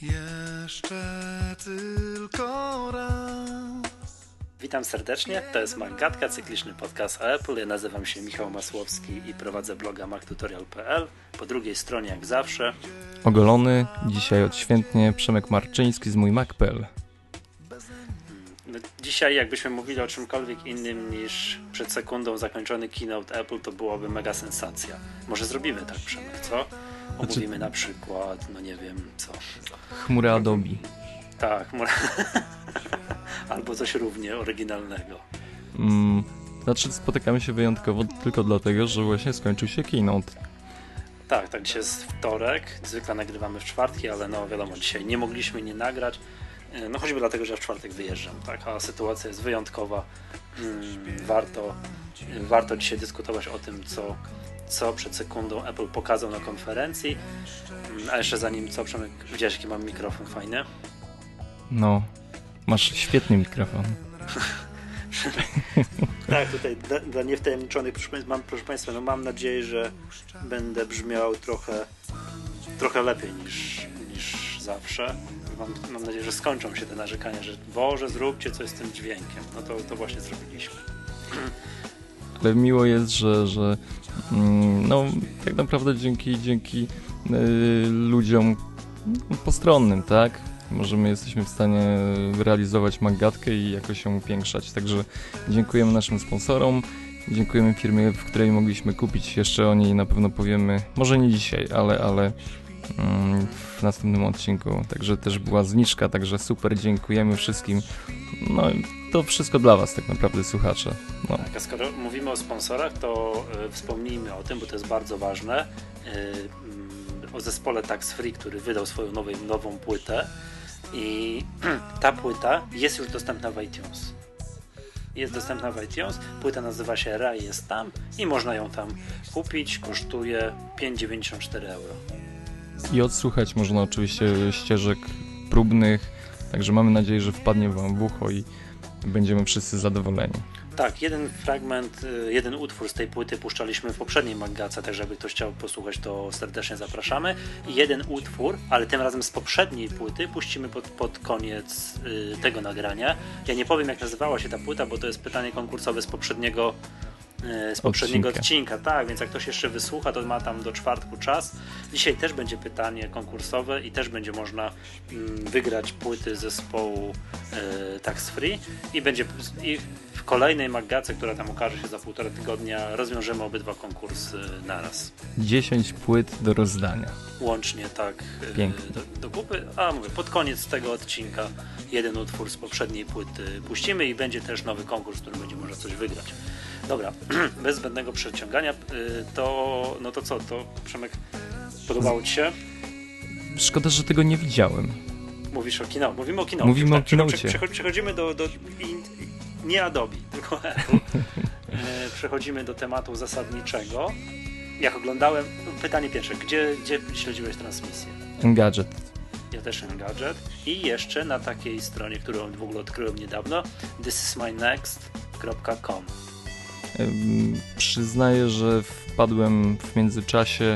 Jeszcze tylko raz. Witam serdecznie, to jest Maggatka, cykliczny podcast o Apple. Ja nazywam się Michał Masłowski i prowadzę bloga mactutorial.pl. Po drugiej stronie, jak zawsze, ogolony, dzisiaj odświętnie Przemek Marczyński z mójmac.pl. Dzisiaj jakbyśmy mówili o czymkolwiek innym niż przed sekundą zakończony keynote Apple, to byłoby mega sensacja. Może zrobimy tak, Przemek, co? Omówimy na przykład, no nie wiem, co? Chmurę Adobe. Tak, albo coś równie oryginalnego. Znaczy spotykamy się wyjątkowo tylko dlatego, że właśnie skończył się keynote. Tak, dzisiaj jest wtorek, zwykle nagrywamy w czwartki, ale no wiadomo, dzisiaj nie mogliśmy nie nagrać, no choćby dlatego, że ja w czwartek wyjeżdżam, tak, a sytuacja jest wyjątkowa, warto dzisiaj dyskutować o tym, co przed sekundą Apple pokazał na konferencji, a jeszcze zanim co, Przemek, widziałeś jaki mam mikrofon fajny? No, masz świetny mikrofon. Tak, tutaj dla niewtajemniczonych, proszę Państwa, no mam nadzieję, że będę brzmiał trochę lepiej niż zawsze. Mam nadzieję, że skończą się te narzekania, że Boże, zróbcie coś z tym dźwiękiem. No to właśnie zrobiliśmy. Ale miło jest, że no tak naprawdę dzięki ludziom postronnym, tak? Możemy, jesteśmy w stanie realizować Maggatkę i jakoś ją upiększać. Także dziękujemy naszym sponsorom, dziękujemy firmie, w której mogliśmy kupić. Jeszcze o niej na pewno powiemy, może nie dzisiaj, ale w następnym odcinku. Także też była zniżka, także super, dziękujemy wszystkim. No i to wszystko dla Was tak naprawdę, słuchacze. No. Tak, a skoro mówimy o sponsorach, to wspomnijmy o tym, bo to jest bardzo ważne. O zespole Tax Free, który wydał swoją nową płytę i ta płyta jest już dostępna w iTunes. Płyta nazywa się Rai jest tam i można ją tam kupić, kosztuje 5,94 €. I odsłuchać można oczywiście ścieżek próbnych, także mamy nadzieję, że wpadnie Wam w ucho i będziemy wszyscy zadowoleni. Tak, jeden fragment, jeden utwór z tej płyty puszczaliśmy w poprzedniej Maggatce, także jakby ktoś chciał posłuchać, to serdecznie zapraszamy. I jeden utwór, ale tym razem z poprzedniej płyty, puścimy pod koniec tego nagrania. Ja nie powiem, jak nazywała się ta płyta, bo to jest pytanie konkursowe z poprzedniego odcinka. Tak, więc jak ktoś jeszcze wysłucha, to ma tam do czwartku czas. Dzisiaj też będzie pytanie konkursowe i też będzie można wygrać płyty zespołu Tax Free i w kolejnej Maggatce, która tam ukaże się za 1,5 tygodnia, rozwiążemy obydwa konkursy naraz. 10 płyt do rozdania. Łącznie tak do kupy, a mówię, pod koniec tego odcinka jeden utwór z poprzedniej płyty puścimy i będzie też nowy konkurs, w którym będzie można coś wygrać. Dobra, bez zbędnego przeciągania, to Przemek, podobało Ci się? Szkoda, że tego nie widziałem. Mówisz o kino, mówimy o kino. Mówimy o kinocie. Przechodzimy do nie Adobe, tylko Apple. Przechodzimy do tematu zasadniczego. Jak oglądałem, pytanie pierwsze, gdzie śledziłeś transmisję? Engadget. Ja też Engadget. I jeszcze na takiej stronie, którą w ogóle odkryłem niedawno, thisismynext.com. Przyznaję, że wpadłem w międzyczasie,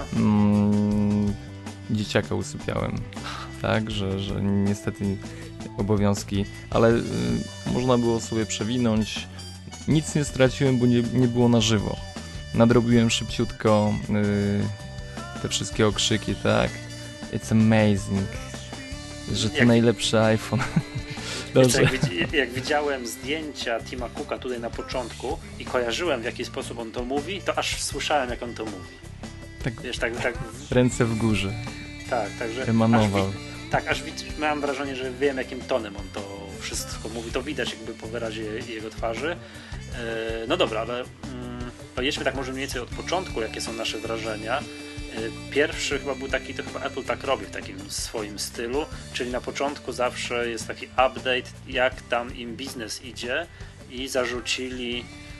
dzieciaka usypiałem, tak, że niestety obowiązki, ale można było sobie przewinąć. Nic nie straciłem, bo nie było na żywo. Nadrobiłem szybciutko te wszystkie okrzyki, tak, it's amazing, że to najlepszy iPhone. Jak widziałem zdjęcia Tima Cooka tutaj na początku i kojarzyłem, w jaki sposób on to mówi, to aż słyszałem, jak on to mówi. Tak, wiesz, tak ręce w górze. Tak, także emanował. Aż miałem wrażenie, że wiem, jakim tonem on to wszystko mówi. To widać jakby po wyrazie jego twarzy. No dobra, ale pojedźmy tak może mniej więcej od początku, jakie są nasze wrażenia. Pierwszy chyba był taki, to chyba Apple tak robi w takim swoim stylu, czyli na początku zawsze jest taki update, jak tam im biznes idzie i zarzucili,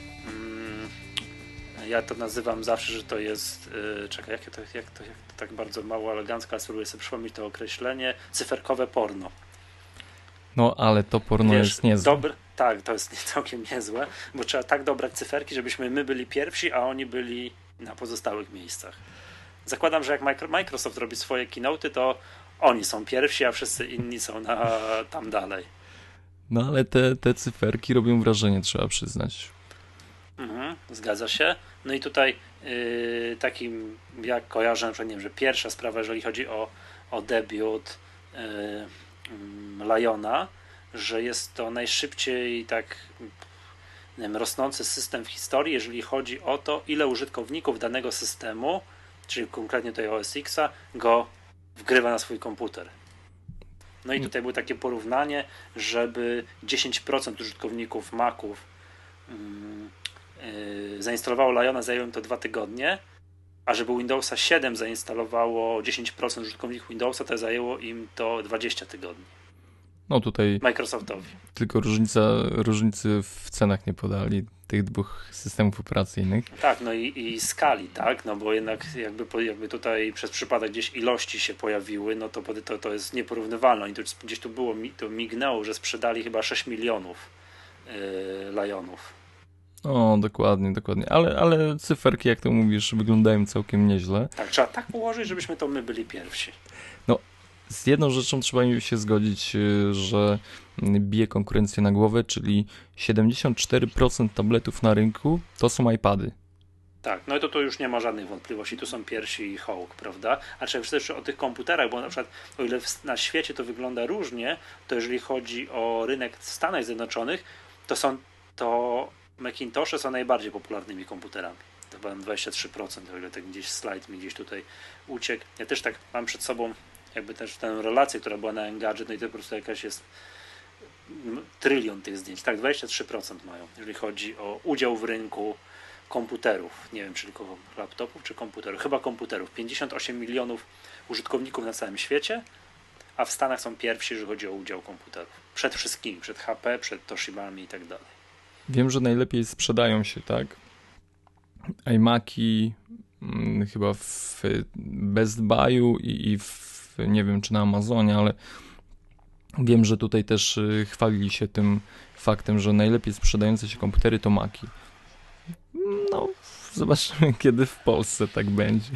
ja to nazywam zawsze, że to jest, czekaj, jak to tak bardzo mało elegancko, ale spróbuję sobie przypomnieć to określenie, cyferkowe porno. No ale to porno jest niezłe. Tak, to jest całkiem niezłe, bo trzeba tak dobrać cyferki, żebyśmy my byli pierwsi, a oni byli na pozostałych miejscach. Zakładam, że jak Microsoft robi swoje keynote'y, to oni są pierwsi, a wszyscy inni są tam dalej. No ale te cyferki robią wrażenie, trzeba przyznać. Zgadza się. No i tutaj takim, jak kojarzę, że nie wiem, że pierwsza sprawa, jeżeli chodzi o debiut Liona, że jest to najszybciej tak nie wiem, rosnący system w historii, jeżeli chodzi o to, ile użytkowników danego systemu, czyli konkretnie tutaj OS X-a, go wgrywa na swój komputer. No i tutaj było takie porównanie, żeby 10% użytkowników Maców zainstalowało Liona, zajęło im to 2 tygodnie, a żeby Windowsa 7 zainstalowało 10% użytkowników Windowsa, to zajęło im to 20 tygodni. No tutaj Microsoftowi. tylko różnicy w cenach nie podali tych dwóch systemów operacyjnych. Tak, no i skali, tak, no bo jednak jakby tutaj przez przypadek gdzieś ilości się pojawiły, no to jest nieporównywalne. I to gdzieś tu było, to mignęło, że sprzedali chyba 6 milionów Lionów. O, dokładnie. Ale cyferki, jak to mówisz, wyglądają całkiem nieźle. Tak, trzeba tak ułożyć, żebyśmy to my byli pierwsi. No, z jedną rzeczą trzeba się zgodzić, że bije konkurencję na głowę, czyli 74% tabletów na rynku to są iPady. Tak, no i to już nie ma żadnych wątpliwości, tu są piersi i Hawk, prawda? A trzeba też o tych komputerach, bo na przykład o ile na świecie to wygląda różnie, to jeżeli chodzi o rynek w Stanach Zjednoczonych, to Macintosze są najbardziej popularnymi komputerami. To chyba 23%, o ile tak gdzieś slajd mi gdzieś tutaj uciekł. Ja też tak mam przed sobą jakby też tę relację, która była na Engadget, no i to po prostu jakaś jest trylion tych zdjęć. Tak, 23% mają, jeżeli chodzi o udział w rynku komputerów. Nie wiem, czy tylko laptopów, czy komputerów. Chyba komputerów. 58 milionów użytkowników na całym świecie, a w Stanach są pierwsi, jeżeli chodzi o udział komputerów. Przed wszystkimi, przed HP, przed Toshibami i tak dalej. Wiem, że najlepiej sprzedają się, tak? iMaki chyba w Best Buy'u i nie wiem, czy na Amazonie, ale wiem, że tutaj też chwalili się tym faktem, że najlepiej sprzedające się komputery to Maki. No, zobaczymy, kiedy w Polsce tak będzie.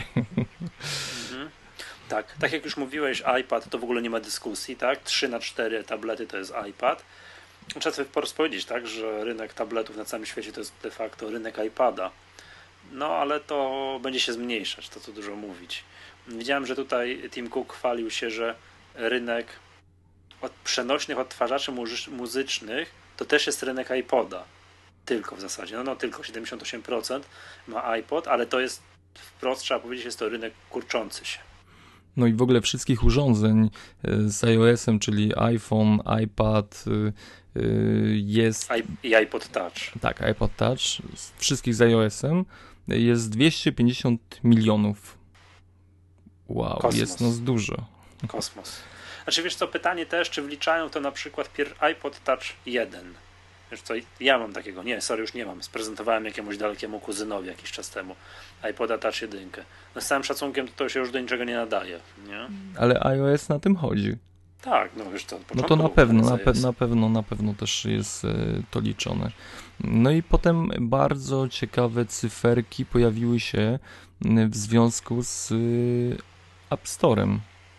Tak jak już mówiłeś, iPad to w ogóle nie ma dyskusji, tak? 3/4 tablety to jest iPad. Trzeba sobie po prostu powiedzieć, tak, że rynek tabletów na całym świecie to jest de facto rynek iPada. No, ale to będzie się zmniejszać, to co dużo mówić. Widziałem, że tutaj Tim Cook chwalił się, że rynek przenośnych odtwarzaczy muzycznych to też jest rynek iPoda. Tylko w zasadzie, no tylko 78% ma iPod, ale to jest wprost, trzeba powiedzieć, jest to rynek kurczący się. No i w ogóle wszystkich urządzeń z iOS-em, czyli iPhone, iPad jest... I iPod Touch. Tak, iPod Touch, wszystkich z iOS-em jest 250 milionów. Wow, Kosmos. jest nas dużo. Kosmos. Znaczy wiesz co, pytanie też, czy wliczają to na przykład iPod Touch 1. Wiesz co, ja mam takiego, już nie mam. Sprezentowałem jakiemuś dalekiemu kuzynowi jakiś czas temu iPoda Touch 1. No z całym szacunkiem to się już do niczego nie nadaje, nie? Ale iOS na tym chodzi. Tak, no wiesz to. No to na pewno też jest to liczone. No i potem bardzo ciekawe cyferki pojawiły się w związku z App Store'em.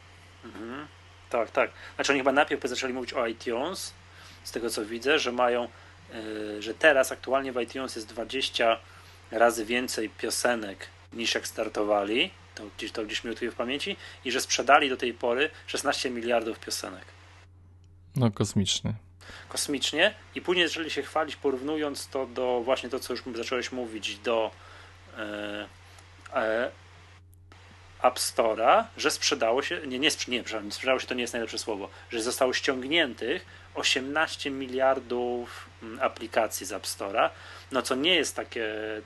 Tak. Znaczy oni chyba najpierw zaczęli mówić o iTunes, z tego co widzę, że mają, że teraz aktualnie w iTunes jest 20 razy więcej piosenek niż jak startowali, to gdzieś mi utkwi w pamięci, i że sprzedali do tej pory 16 miliardów piosenek. No kosmicznie. I później zaczęli się chwalić, porównując to do właśnie to, co już zacząłeś mówić, do App Store'a, że sprzedało się, nie sprzedało się, to nie jest najlepsze słowo, że zostało ściągniętych 18 miliardów aplikacji z App Store'a, no co nie jest takie...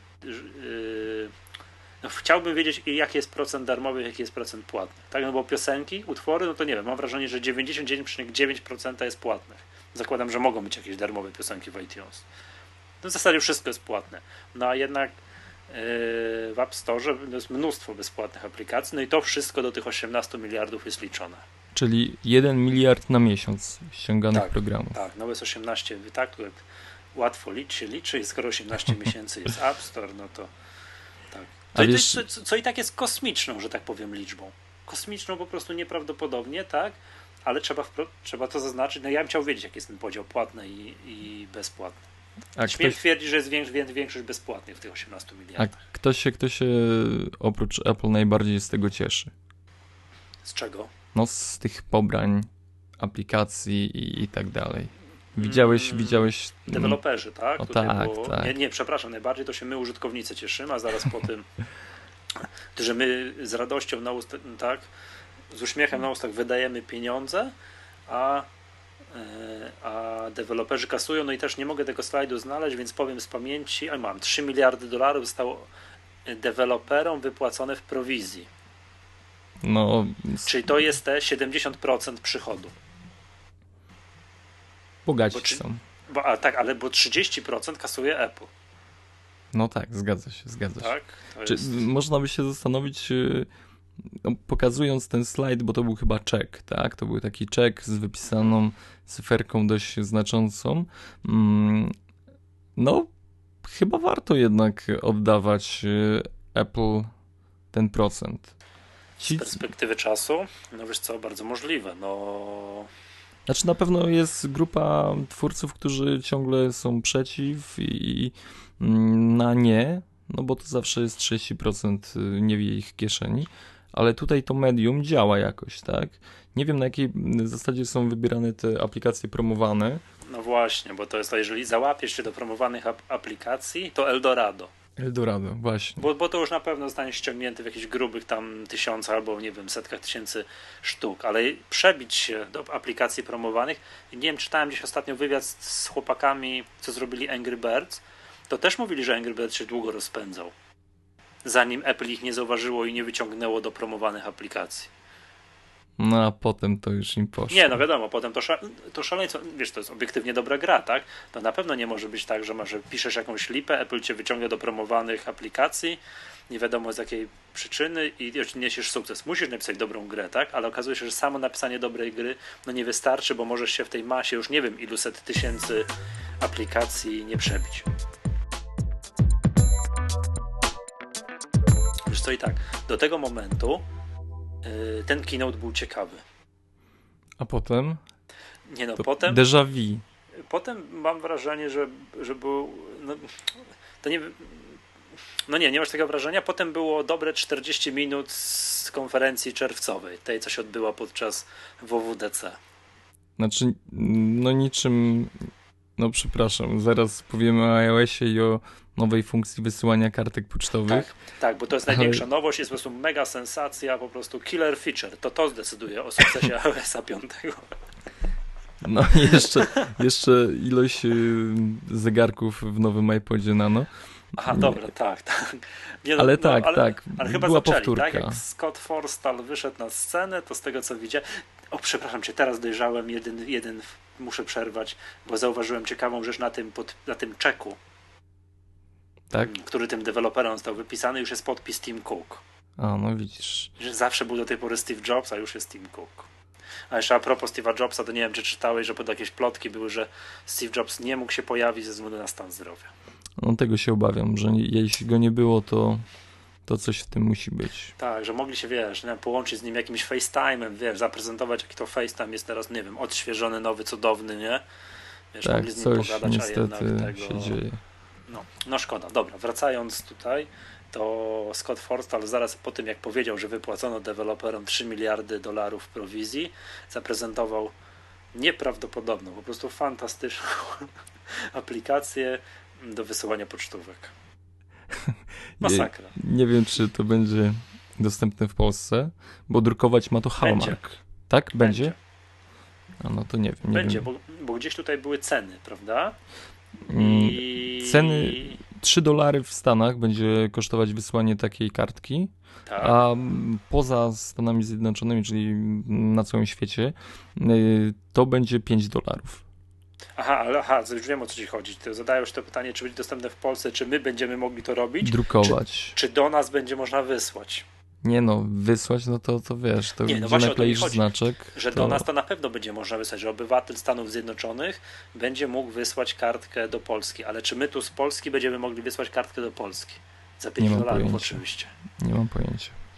No, chciałbym wiedzieć, jaki jest procent darmowych, jaki jest procent płatnych. Tak, no bo piosenki, utwory, no to nie wiem, mam wrażenie, że 99,9% jest płatnych. Zakładam, że mogą być jakieś darmowe piosenki w iTunes. No w zasadzie wszystko jest płatne. No a jednak w App Store jest mnóstwo bezpłatnych aplikacji, no i to wszystko do tych 18 miliardów jest liczone. Czyli 1 miliard na miesiąc ściąganych programów. Tak, no jest 18, tak, łatwo się liczy, i skoro 18 miesięcy jest App Store, no to tak. Co i tak jest kosmiczną, że tak powiem, liczbą. kosmiczną, po prostu nieprawdopodobnie, tak? Ale trzeba to zaznaczyć. No ja bym chciał wiedzieć, jaki jest ten podział płatny i bezpłatny. Śmiem twierdzić, że jest większość bezpłatnych w tych 18 A miliardach. kto się oprócz Apple najbardziej z tego cieszy? Z czego? No z tych pobrań, aplikacji i tak dalej. Widziałeś... Deweloperzy, tak? O, Tutaj tak, było... tak. Nie, przepraszam, najbardziej to się my użytkownicy cieszymy, a zaraz po tym, że my z radością na ustach, tak, z uśmiechem na ustach wydajemy pieniądze, a deweloperzy kasują, no i też nie mogę tego slajdu znaleźć, więc powiem z pamięci, mam 3 miliardy dolarów zostało deweloperom wypłacone w prowizji. No, Czyli to jest te 70% przychodu. bogaci są. Tak, ale bo 30% kasuje Apple. No tak, zgadza się. Tak? Można by się zastanowić, no, pokazując ten slajd, bo to był chyba czek, tak? To był taki czek z wypisaną cyferką dość znaczącą. No, chyba warto jednak oddawać Apple ten procent. Z perspektywy czasu, no wiesz co, bardzo możliwe. No... Znaczy na pewno jest grupa twórców, którzy ciągle są przeciw i na nie, no bo to zawsze jest 30% nie w ich kieszeni, ale tutaj to medium działa jakoś, tak? Nie wiem, na jakiej zasadzie są wybierane te aplikacje promowane. No właśnie, bo to jest to, jeżeli załapiesz się do promowanych aplikacji, to Eldorado. Eldorado, właśnie. Bo to już na pewno zostanie ściągnięty w jakichś grubych tam tysiącach albo nie wiem, setkach tysięcy sztuk, ale przebić się do aplikacji promowanych, nie wiem, czytałem gdzieś ostatnio wywiad z chłopakami, co zrobili Angry Birds, to też mówili, że Angry Birds się długo rozpędzał, zanim Apple ich nie zauważyło i nie wyciągnęło do promowanych aplikacji. No a potem to już im poszło. Nie, no wiadomo, potem to szaleństwo, wiesz, to jest obiektywnie dobra gra, tak? To na pewno nie może być tak, że piszesz jakąś lipę, Apple cię wyciąga do promowanych aplikacji, nie wiadomo z jakiej przyczyny i niesiesz sukces. Musisz napisać dobrą grę, tak? Ale okazuje się, że samo napisanie dobrej gry no nie wystarczy, bo możesz się w tej masie już nie wiem ilu set tysięcy aplikacji nie przebić. Wiesz co, i tak, do tego momentu ten keynote był ciekawy. A potem? Nie no, potem... Déjà vu. Potem mam wrażenie, że był... nie masz tego wrażenia. Potem było dobre 40 minut z konferencji czerwcowej, tej, co się odbyła podczas WWDC. Znaczy, no niczym... No przepraszam, zaraz powiemy o iOSie i o nowej funkcji wysyłania kartek pocztowych. Tak, bo to jest największa nowość, jest po prostu mega sensacja, po prostu killer feature. To zdecyduje o sukcesie iOSa 5. No i jeszcze ilość zegarków w nowym iPodzie Nano. Aha, dobra, tak. Nie, ale ale chyba była zaczęli, powtórka. Tak? Jak Scott Forstall wyszedł na scenę, to z tego co widziałem... przepraszam cię, teraz dojrzałem jeden muszę przerwać, bo zauważyłem ciekawą rzecz na tym czeku, tak? Który tym deweloperom został wypisany, już jest podpis Tim Cook. A, no widzisz. Że zawsze był do tej pory Steve Jobs, a już jest Tim Cook. A jeszcze a propos Steve'a Jobsa, to nie wiem, czy czytałeś, że pod jakieś plotki były, że Steve Jobs nie mógł się pojawić ze względu na stan zdrowia. No tego się obawiam, że jeśli go nie było, to coś w tym musi być. Tak, że mogli się, połączyć z nim jakimś FaceTime'em, zaprezentować, jaki to FaceTime jest teraz, nie wiem, odświeżony, nowy, cudowny, nie? Wiesz, tak, mogli z nim coś pogadać, niestety a jednak się dzieje. No szkoda. Dobra, wracając tutaj, to Scott Forstall zaraz po tym, jak powiedział, że wypłacono deweloperom 3 miliardy dolarów prowizji, zaprezentował nieprawdopodobną, po prostu fantastyczną aplikację do wysyłania pocztówek. Masakra. Nie wiem, czy to będzie dostępne w Polsce, bo drukować ma to Hallmark. Tak? Będzie? A no to nie wiem. Będzie, bo gdzieś tutaj były ceny, prawda? Ceny $3 w Stanach będzie kosztować wysłanie takiej kartki, tak. A poza Stanami Zjednoczonymi, czyli na całym świecie, to będzie $5. Aha, już wiem, o co ci chodzi. Ty zadajesz to pytanie, czy będzie dostępne w Polsce, czy my będziemy mogli to robić? Drukować. Czy do nas będzie można wysłać? Nie no, wysłać, no to wiesz, to nie, no gdzie nakleisz znaczek. Że do nas to na pewno będzie można wysłać, że obywatel Stanów Zjednoczonych będzie mógł wysłać kartkę do Polski, ale czy my tu z Polski będziemy mogli wysłać kartkę do Polski? Za $5 oczywiście. Nie mam pojęcia.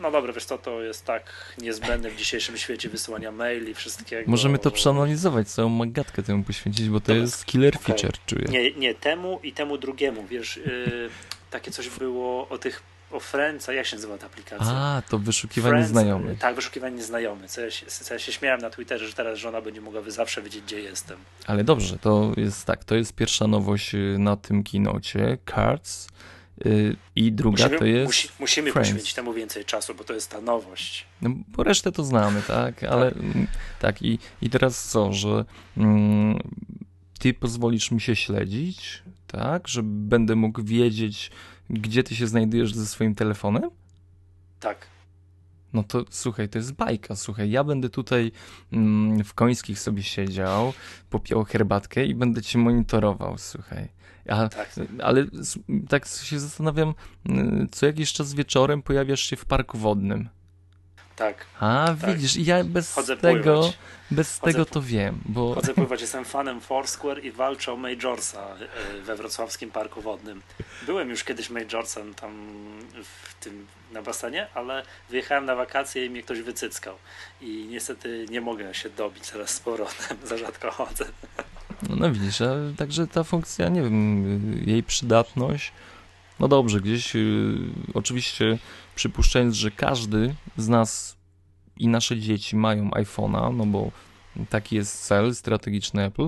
No dobra, wiesz co, to jest tak niezbędne w dzisiejszym świecie wysyłania maili, wszystkiego. Możemy to przeanalizować, całą magatkę temu poświęcić, bo to Dobra, jest killer okej. feature, czuję. Nie, temu i temu drugiemu, wiesz, takie coś było o Friendsa, jak się nazywa ta aplikacja? A, to wyszukiwanie Friends, znajomych. Tak, wyszukiwanie nieznajomych, co ja się śmiałem na Twitterze, że teraz żona będzie mogła zawsze wiedzieć, gdzie jestem. Ale dobrze, to jest tak, to jest pierwsza nowość na tym keynocie, Cards, i druga to jest Musimy Friends. poświęcić temu więcej czasu, bo to jest ta nowość. No, bo resztę to znamy, tak? Ale tak, i teraz co, że ty pozwolisz mi się śledzić, tak? Że będę mógł wiedzieć, gdzie ty się znajdujesz ze swoim telefonem? Tak. No to słuchaj, to jest bajka, słuchaj, ja będę tutaj w Końskich sobie siedział, popijał herbatkę i będę cię monitorował, słuchaj. Tak. Ale tak się zastanawiam, co jakiś czas wieczorem pojawiasz się w parku wodnym. Tak. A, Tak. widzisz, ja bez Chodzę tego, pływać. tego to wiem, bo Chodzę pływać, jestem fanem Foursquare i walczę o Majorsa we wrocławskim parku wodnym. Byłem już kiedyś Majorsem tam na basenie, ale wyjechałem na wakacje i mnie ktoś wycyckał. I niestety nie mogę się dobić teraz z powrotem, za rzadko chodzę. no widzisz, a także ta funkcja, nie wiem, jej przydatność, no dobrze, gdzieś oczywiście przypuszczając, że każdy z nas i nasze dzieci mają iPhone'a, no bo taki jest cel strategiczny Apple.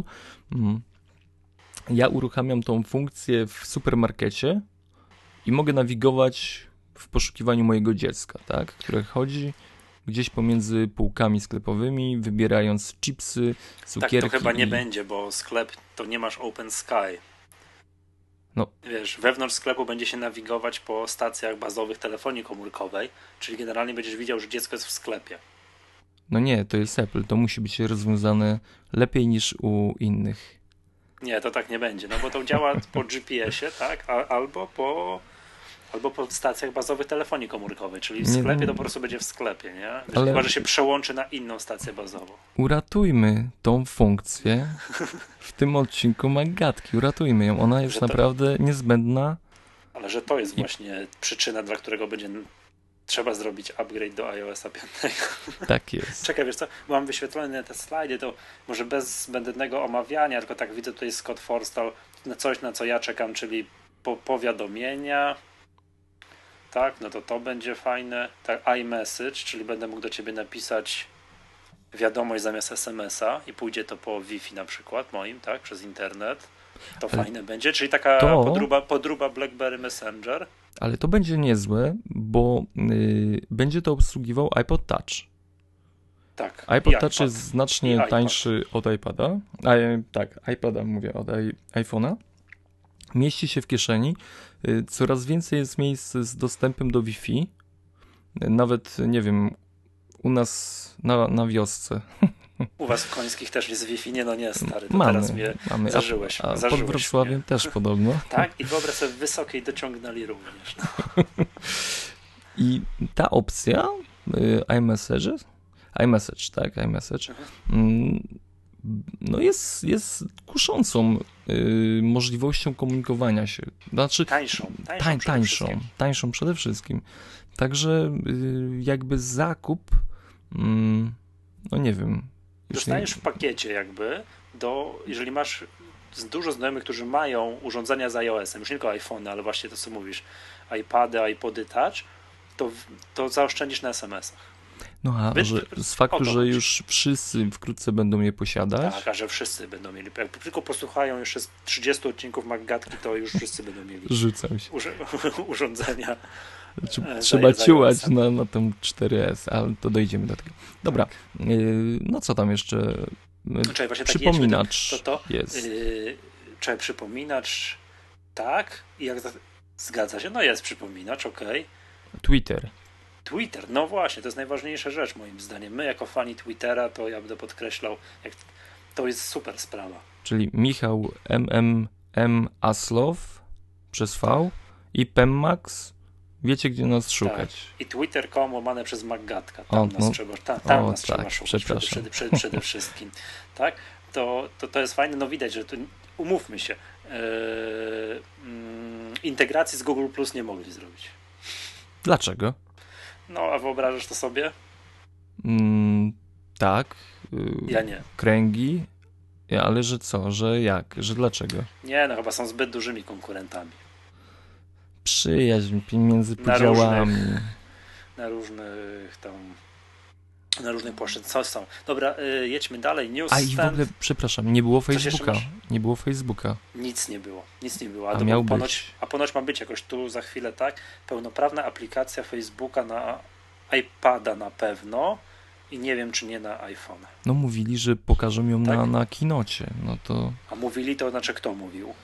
Ja uruchamiam tą funkcję w supermarkecie i mogę nawigować w poszukiwaniu mojego dziecka, tak, które chodzi gdzieś pomiędzy półkami sklepowymi, wybierając chipsy, cukierki. Tak to chyba nie będzie, bo sklep to nie masz Open Sky. No. Wiesz, wewnątrz sklepu będzie się nawigować po stacjach bazowych telefonii komórkowej, czyli generalnie będziesz widział, że dziecko jest w sklepie. No nie, to jest Apple, to musi być rozwiązane lepiej niż u innych. Nie, to tak nie będzie, no bo to działa po GPS-ie, tak? Albo po stacjach bazowych telefonii komórkowej, czyli w sklepie to po prostu będzie w sklepie, nie? Ale... Chyba, że się przełączy na inną stację bazową. Uratujmy tą funkcję w tym odcinku Magatki, uratujmy ją, ona jest naprawdę niezbędna. Ale że to jest właśnie przyczyna, dla którego będzie trzeba zrobić upgrade do iOS 5. Tak jest. Czekaj, wiesz co, mam wyświetlone te slajdy, to może bez zbędnego omawiania, tylko tak widzę tutaj Scott Forstall na coś, na co ja czekam, czyli powiadomienia. Tak, no to będzie fajne. Tak, iMessage, czyli będę mógł do ciebie napisać wiadomość zamiast SMS-a i pójdzie to po Wi-Fi na przykład moim, tak, przez internet. To fajne będzie, czyli taka podróba BlackBerry Messenger. Ale to będzie niezłe, bo będzie to obsługiwał iPod Touch. Tak. iPod Touch jest znacznie tańszy od iPada. Tak, iPada mówię, od iPhone'a. Mieści się w kieszeni. Coraz więcej jest miejsc z dostępem do Wi-Fi. Nawet, nie wiem, u nas na wiosce. U was w Końskich też jest Wi-Fi? Nie, stary, to mamy, teraz mnie zażyłeś. A pod Wrocławiem mnie. też podobno. Tak, i wyobraź sobie, w Wysokiej dociągnęli również. No. I ta opcja iMessage, tak, iMessage, no jest kuszącą możliwością komunikowania się. Znaczy, tańszą przede wszystkim. Także jakby zakup, no nie wiem. Dostajesz w pakiecie jakby, jeżeli masz dużo znajomych, którzy mają urządzenia z iOS-em, już nie tylko iPhone, ale właśnie to co mówisz, iPady, iPody Touch, to zaoszczędzisz na SMS-ach. No a z faktu, że już wszyscy wkrótce będą je posiadać. Tak, a że wszyscy będą mieli. Jak tylko posłuchają jeszcze z 30 odcinków Magatki, to już wszyscy będą mieli rzucam się. Urządzenia. Trzeba ciułać na tym 4S, ale to dojdziemy do tego. Dobra, no co tam jeszcze? Właśnie przypominacz jest. Przypominacz, tak. I zgadza się, no jest przypominacz, okej. Twitter, no właśnie, to jest najważniejsza rzecz moim zdaniem. My jako fani Twittera, to ja będę podkreślał, to jest super sprawa. Czyli Michał Aslow przez V i Pemmax. Wiecie, gdzie nas szukać. Tak. I Twitter.com łamane przez Maggatka. Tam nas trzeba szukać przede wszystkim. Tak? To jest fajne. No widać, że umówmy się, integracji z Google Plus nie mogli zrobić. Dlaczego? No, a wyobrażasz to sobie? Tak. Ja nie. Kręgi. Ale że co? Że jak? Że dlaczego? Nie, no chyba są zbyt dużymi konkurentami. Przyjaźń między podziałami. Na różnych płaszczyznach. Co są? Dobra, jedźmy dalej. A i w ogóle, przepraszam, nie było Facebooka. Nie było Facebooka. Nic nie było. A to miał być. A ponoć ma być jakoś tu za chwilę, tak? Pełnoprawna aplikacja Facebooka na iPada na pewno i nie wiem, czy nie na iPhone'a. No mówili, że pokażą ją Tak? na kinocie. No to... A mówili to znaczy kto mówił?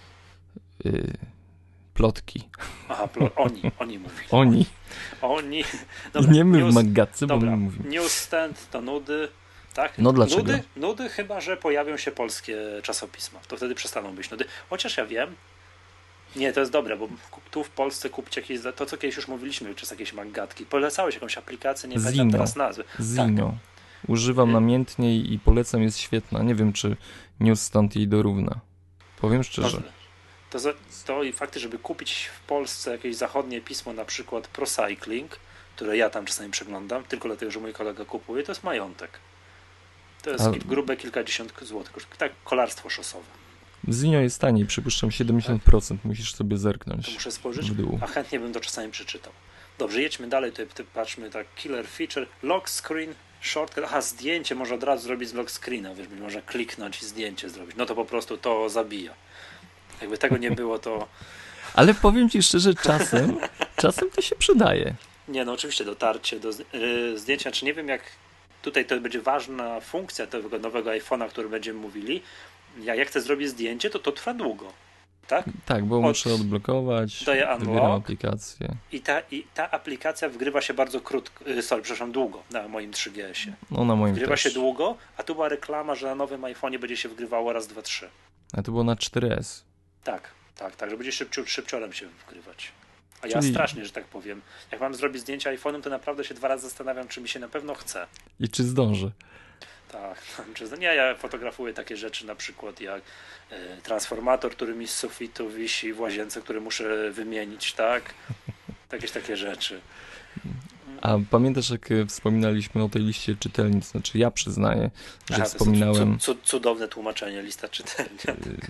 Plotki. Aha, oni mówili. Oni. Dobra, nie my w Maggatce, bo dobra, my mówimy. Newsstand to nudy, tak? No dlaczego? Nudy chyba, że pojawią się polskie czasopisma. To wtedy przestaną być nudy. Chociaż ja wiem, nie, to jest dobre, bo tu w Polsce kupić jakieś, to co kiedyś już mówiliśmy, czy jakieś Maggatki. Polecałeś jakąś aplikację, nie pamiętam teraz nazwy. Zino. Tak. Używam namiętnie i polecam, jest świetna. Nie wiem, czy Newsstand jej dorówna. Powiem szczerze. To i fakty, żeby kupić w Polsce jakieś zachodnie pismo, na przykład Procycling, które ja tam czasami przeglądam, tylko dlatego, że mój kolega kupuje, to jest majątek. To jest grube kilkadziesiąt złotych. Tak, kolarstwo szosowe. W Zinio jest taniej, przypuszczam 70%, musisz sobie zerknąć. To muszę spojrzeć, w dół. a chętnie bym to czasami przeczytał. Dobrze, jedźmy dalej, tutaj patrzmy, tak, killer feature, lock screen, shortcut, zdjęcie można od razu zrobić z lock screena, wiesz, można kliknąć i zdjęcie zrobić, no to po prostu to zabija. Jakby tego nie było, to... Ale powiem ci szczerze, czasem to się przydaje. Nie, no oczywiście dotarcie do zdjęcia, czy nie wiem jak tutaj to będzie ważna funkcja tego nowego iPhone'a, który będziemy mówili. Jak chcę zrobić zdjęcie, to trwa długo, tak? Tak, bo muszę odblokować, wybieram aplikację. I ta aplikacja wgrywa się bardzo krótko, długo na moim 3GS-ie. No na moim wgrywa też. się długo, a tu była reklama, że na nowym iPhone'ie będzie się wgrywało raz, dwa, trzy. A to było na 4S. Tak, że będzie szybciorem się wgrywać. A ja strasznie, że tak powiem. Jak mam zrobić zdjęcie iPhone'em, to naprawdę się 2 razy zastanawiam, czy mi się na pewno chce. I czy zdążę. Tak, nie, ja fotografuję takie rzeczy na przykład jak transformator, który mi z sufitu wisi w łazience, który muszę wymienić, tak? Jakieś takie rzeczy. A pamiętasz, jak wspominaliśmy o tej liście czytelnic? Znaczy ja przyznaję, że wspominałem... Cudowne tłumaczenie, lista czytelnic.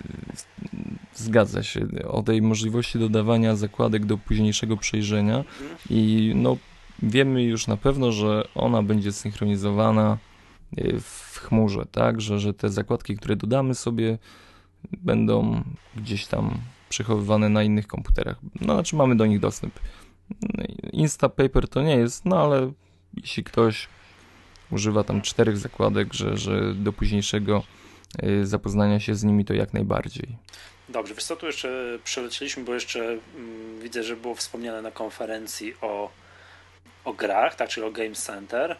Zgadza się. O tej możliwości dodawania zakładek do późniejszego przejrzenia i no wiemy już na pewno, że ona będzie synchronizowana w chmurze, tak? Że te zakładki, które dodamy sobie, będą gdzieś tam przechowywane na innych komputerach. No, znaczy mamy do nich dostęp. Instapaper to nie jest, no ale jeśli ktoś używa tam 4 zakładek, że do późniejszego zapoznania się z nimi, to jak najbardziej. Dobrze, wiesz co, tu jeszcze przelecieliśmy, bo jeszcze widzę, że było wspomniane na konferencji o grach, tak, czyli o Game Center.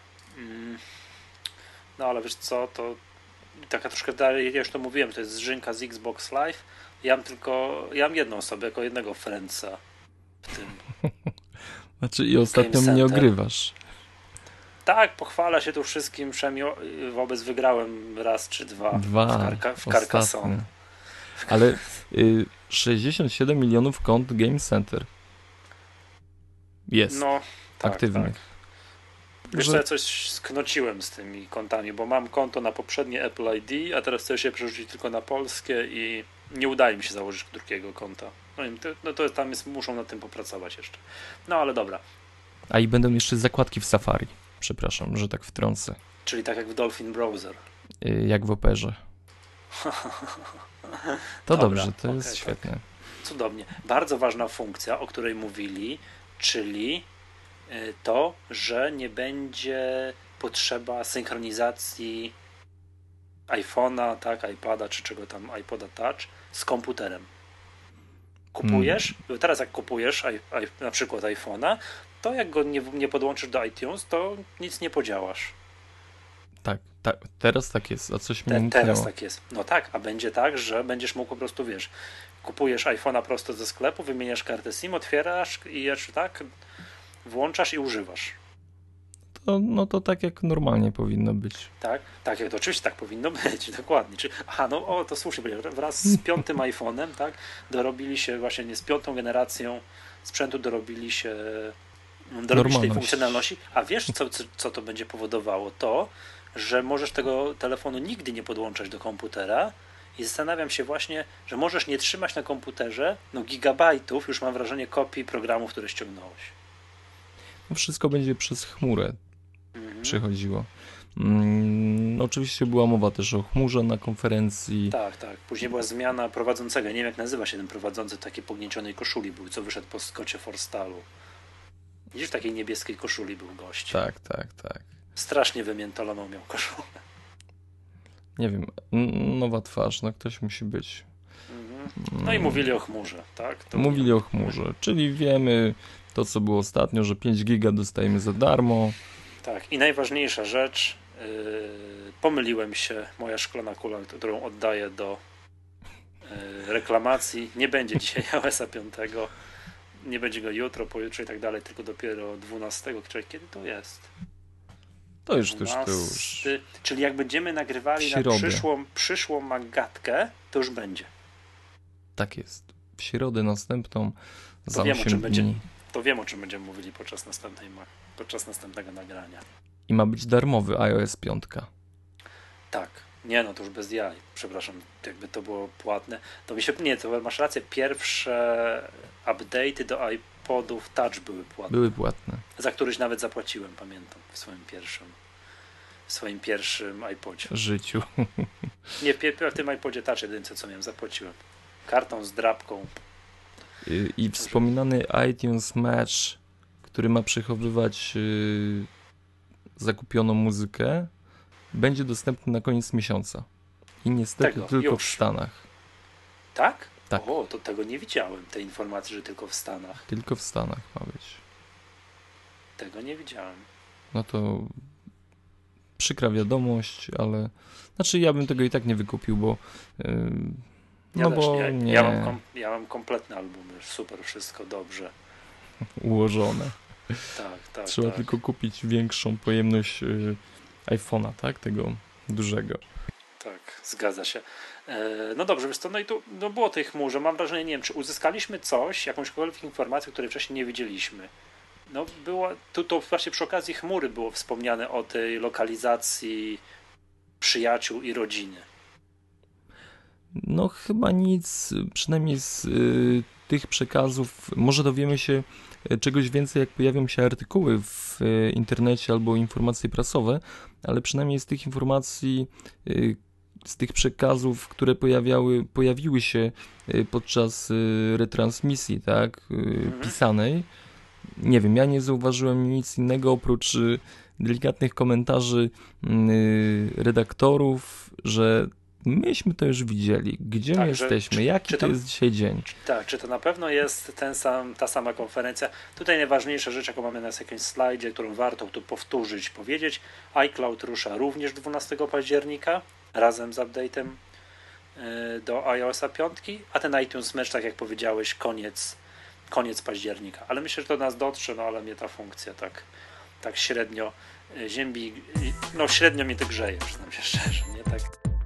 No ale wiesz co, to taka troszkę dalej, ja już to mówiłem, to jest zżynka z Xbox Live. Ja mam jedną osobę, jako jednego friendsa w tym. Znaczy i ostatnio mnie ogrywasz. Tak, pochwala się tu wszystkim, przynajmniej wobec wygrałem raz czy dwa w Carcassonne. Ale 67 milionów kont Game Center jest aktywnych. Tak. Wiesz co, ja coś sknociłem z tymi kontami, bo mam konto na poprzednie Apple ID, a teraz chcę się przerzucić tylko na polskie i nie udaje mi się założyć drugiego konta. To tam muszą nad tym popracować jeszcze. No ale dobra. A i będą jeszcze zakładki w Safari. Przepraszam, że tak wtrącę. Czyli tak jak w Dolphin Browser. Jak w Operze. To dobra, dobrze, to jest świetne. Tak. Cudownie. Bardzo ważna funkcja, o której mówili, czyli to, że nie będzie potrzeba synchronizacji iPhone'a, tak, iPada, czy czego tam, iPoda Touch z komputerem. Kupujesz, teraz jak kupujesz na przykład iPhone'a, to jak go nie podłączysz do iTunes, to nic nie podziałasz. Tak, teraz tak jest, a coś mi umknęło. Teraz tak jest. No tak, a będzie tak, że będziesz mógł po prostu, wiesz, kupujesz iPhone'a prosto ze sklepu, wymieniasz kartę SIM, otwierasz i jeszcze tak włączasz i używasz. To tak jak normalnie powinno być. Tak, jak to oczywiście tak powinno być, dokładnie. To słusznie, wraz z 5. iPhone'em, tak, dorobili się właśnie z 5. generacją sprzętu, dorobili się dorobić tej Normalność. funkcjonalności, a wiesz co to będzie powodowało? To, że możesz tego telefonu nigdy nie podłączać do komputera i zastanawiam się właśnie, że możesz nie trzymać na komputerze gigabajtów, już mam wrażenie, kopii programów, które ściągnąłeś. No wszystko będzie przez chmurę przechodziło. Oczywiście była mowa też o chmurze na konferencji. Tak. Później była zmiana prowadzącego. Nie wiem, jak nazywa się ten prowadzący w takiej pogniecionej koszuli był, co wyszedł po skocie Forstalu. Widzisz, w takiej niebieskiej koszuli był gość. Tak. Strasznie wymiętoloną miał koszulę. Nie wiem, nowa twarz, no ktoś musi być. No i mówili o chmurze, tak? Mówili o chmurze, czyli wiemy to, co było ostatnio, że 5 giga dostajemy za darmo. Tak, i najważniejsza rzecz, pomyliłem się, moja szklana kula, którą oddaję do reklamacji, nie będzie dzisiaj iOS 5, nie będzie go jutro, pojutrze i tak dalej, tylko dopiero 12, czyli kiedy to jest? To już. Czyli jak będziemy nagrywali na przyszłą magatkę, to już będzie. Tak jest. W środę następną za 8 dni. To wiem, o czym będziemy mówili podczas następnego nagrania. I ma być darmowy iOS 5. Tak. Nie, no to już bez jaj. Przepraszam, jakby to było płatne. To mi się... Nie, to masz rację. Pierwsze update'y do iPodów Touch były płatne. Były płatne. Za któryś nawet zapłaciłem, pamiętam, w swoim pierwszym iPodzie. Życiu. Nie, w tym iPodzie Touch jedynce, co miałem, zapłaciłem. Kartą z drapką. I wspominany iTunes Match, który ma przechowywać zakupioną muzykę, będzie dostępny na koniec miesiąca. I niestety tylko w Stanach. Tak? Tak. O, to tego nie widziałem, tej informacji, że tylko w Stanach. Tylko w Stanach ma być. Tego nie widziałem. No to przykra wiadomość, ale... Znaczy ja bym tego i tak nie wykupił, bo... Ja mam kompletny album, już super, wszystko dobrze. Ułożone. Tak. Trzeba tylko kupić większą pojemność iPhone'a, tak? Tego dużego. Tak, zgadza się. No dobrze, wiesz co, no i tu było tej chmurze. Mam wrażenie, nie wiem, czy uzyskaliśmy coś, jakąśkolwiek informację, której wcześniej nie widzieliśmy. No było, to właśnie przy okazji chmury było wspomniane o tej lokalizacji przyjaciół i rodziny. No chyba nic, przynajmniej z tych przekazów, może dowiemy się czegoś więcej, jak pojawią się artykuły w internecie albo informacje prasowe, ale przynajmniej z tych informacji, z tych przekazów, które pojawiły się podczas retransmisji, tak, pisanej, nie wiem, ja nie zauważyłem nic innego oprócz delikatnych komentarzy redaktorów, że myśmy to już widzieli. Gdzie my jesteśmy? Jaki to jest dzisiaj dzień? Tak, czy to na pewno jest ta sama konferencja? Tutaj najważniejsza rzecz, jaką mamy na jakimś slajdzie, którą warto tu powtórzyć, powiedzieć. iCloud rusza również 12 października razem z update'em do iOS-a 5, a ten iTunes Match, tak jak powiedziałeś, koniec października. Ale myślę, że to do nas dotrze, no ale mnie ta funkcja tak średnio ziębi, no średnio mnie to grzeje, przyznam się szczerze, nie tak.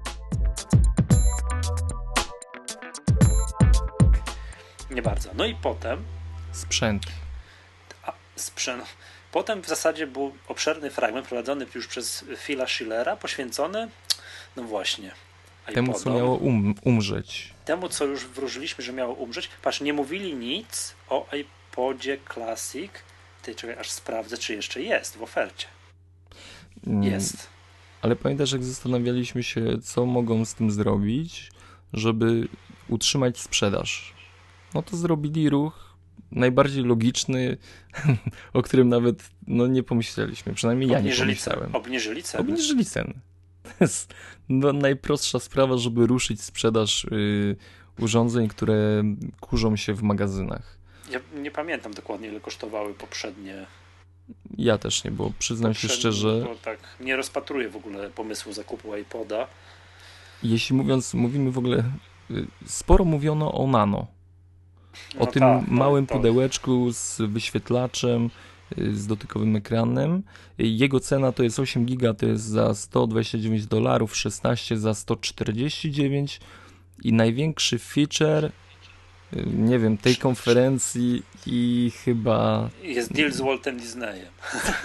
Nie bardzo. No i potem sprzęt. Potem w zasadzie był obszerny fragment prowadzony już przez Phila Schillera, poświęcony, no właśnie, iPodom. Temu, co miało umrzeć. Temu, co już wróżyliśmy, że miało umrzeć. Patrz, nie mówili nic o iPodzie Classic. Czekaj, aż sprawdzę, czy jeszcze jest w ofercie. Jest. Ale pamiętasz, jak zastanawialiśmy się, co mogą z tym zrobić, żeby utrzymać sprzedaż? No to zrobili ruch najbardziej logiczny, o którym nawet nie pomyśleliśmy. Przynajmniej ja nie pomyślałem. Obniżyli ceny. Obniżyli ceny. To jest najprostsza sprawa, żeby ruszyć sprzedaż urządzeń, które kurzą się w magazynach. Ja nie pamiętam dokładnie, ile kosztowały poprzednie. Ja też nie, bo przyznam się szczerze. Bo tak nie rozpatruję w ogóle pomysłu zakupu iPoda. Jeśli mówimy w ogóle, sporo mówiono o Nano. O tym małym pudełeczku z wyświetlaczem, z dotykowym ekranem. Jego cena to jest 8 giga, to jest za $129, 16 za 149 i największy feature nie wiem, tej konferencji i chyba Jest deal z Waltem Disneyem.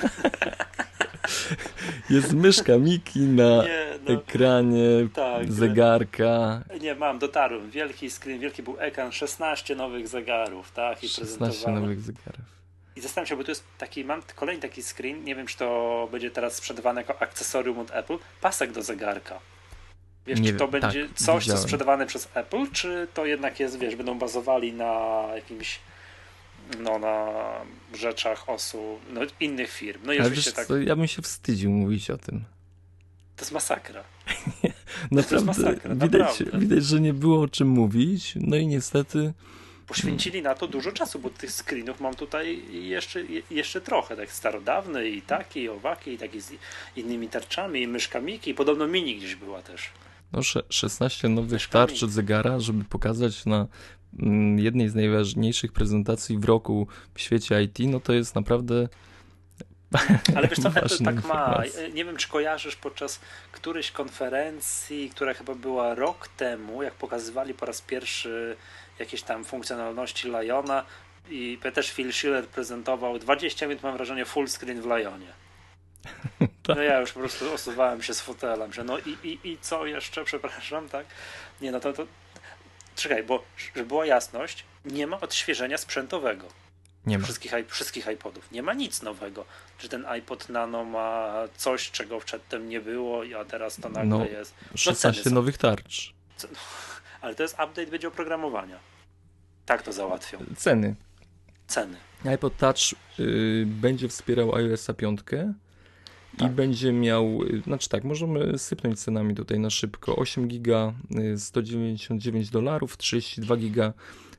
jest myszka Miki na Nie, no, ekranie tak. zegarka. Nie, dotarłem. Wielki screen, wielki był ekran, 16 nowych zegarów, tak? I 16 prezentowano. nowych zegarów. I zastanawiam się, bo tu jest mam kolejny taki screen, nie wiem, czy to będzie teraz sprzedawane jako akcesorium od Apple, pasek do zegarka. Wiesz, Nie czy to wiem, będzie tak, coś, widziałem. co sprzedawane przez Apple, czy to jednak jest, wiesz, będą bazowali na jakimś, na rzeczach osób, innych firm. No i Ale oczywiście wiesz tak, co, ja bym się wstydził mówić o tym. to jest masakra. Naprawdę, masakra, widać, naprawdę. widać, że nie było o czym mówić, no i niestety Poświęcili na to dużo czasu, bo tych screenów mam tutaj jeszcze trochę, tak starodawny i taki, i owaki, i taki z innymi tarczami, i myszkami, i podobno mini gdzieś była też. no, 16 nowych Myszkami. tarcz od zegara, żeby pokazać na jednej z najważniejszych prezentacji w roku w świecie IT, no to jest naprawdę Ale wiesz co, Apple ważna tak ma. informacja. Nie wiem, czy kojarzysz podczas którejś konferencji, która chyba była rok temu, jak pokazywali po raz pierwszy jakieś tam funkcjonalności Liona i też Phil Schiller prezentował 20 minut, mam wrażenie, full screen w Lionie. Tak. No ja już po prostu osuwałem się z fotelem, że i co jeszcze, przepraszam, tak? Nie, no to czekaj, bo żeby była jasność, nie ma odświeżenia sprzętowego. Nie ma. Wszystkich iPodów. Nie ma nic nowego. Czy ten iPod Nano ma coś, czego przedtem nie było, a teraz to nagle No, jest. 16 ceny są. nowych tarcz. Ale to jest update będzie oprogramowania. Tak to załatwią. Ceny. Ceny. iPod Touch będzie wspierał iOS 5 i Tak. będzie miał, znaczy tak, możemy sypnąć cenami tutaj na szybko. 8 giga $199, 32 giga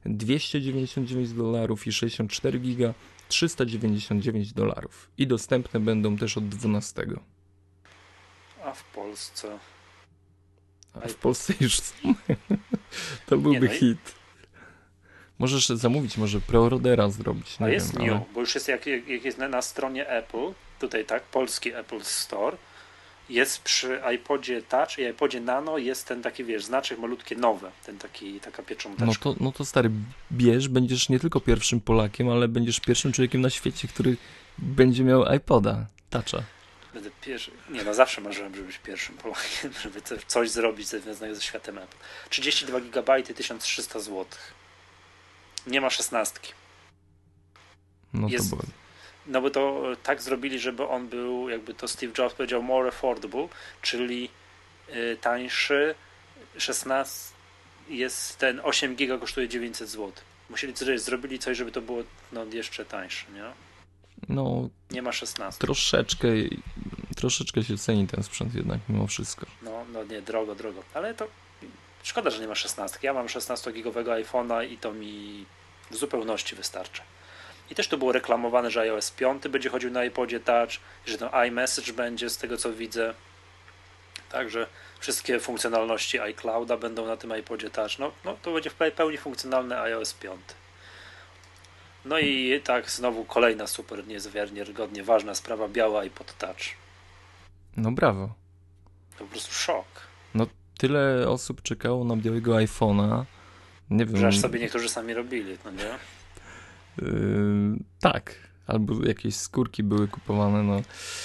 $299 i 64 giga $399. I dostępne będą też od 12. A w Polsce. A w Polsce już są. To byłby no i- hit. Możesz zamówić, może preordera zrobić. Nie A jest wiem, new, ale... bo już jest jak jest na stronie Apple, tutaj tak, polski Apple Store, jest przy iPodzie Touch i iPodzie Nano jest ten taki, wiesz, znaczek malutkie nowe, taka piecząteczka. No to stary, bierz, będziesz nie tylko pierwszym Polakiem, ale będziesz pierwszym człowiekiem na świecie, który będzie miał iPoda, Toucha. Będę pierwszy. Nie, no zawsze marzyłem, żeby być pierwszym Polakiem, żeby coś zrobić związanego ze światem Apple. 32 GB, 1300 zł. Nie ma 16. No Jest- to było. No bo to tak zrobili, żeby on był, jakby to Steve Jobs powiedział, more affordable, czyli tańszy. 16 jest ten 8 giga kosztuje 900 zł. Zrobili coś, żeby to było jeszcze tańsze, nie? No Nie ma 16. troszeczkę się ceni ten sprzęt jednak mimo wszystko. No nie, drogo. Ale to szkoda, że nie ma 16. Ja mam 16-gigowego iPhone'a i to mi w zupełności wystarcza. I też to było reklamowane, że iOS 5 będzie chodził na iPodzie Touch, że to iMessage będzie, z tego co widzę. Także wszystkie funkcjonalności iClouda będą na tym iPodzie Touch. No to będzie w pełni funkcjonalny iOS 5. No i tak, znowu kolejna super niezwiernie ważna sprawa, biały iPod Touch. No brawo. To po prostu szok. No tyle osób czekało na białego iPhone'a. Nie wiem. Że aż sobie niektórzy sami robili, no nie? Tak. Albo jakieś skórki były kupowane, no.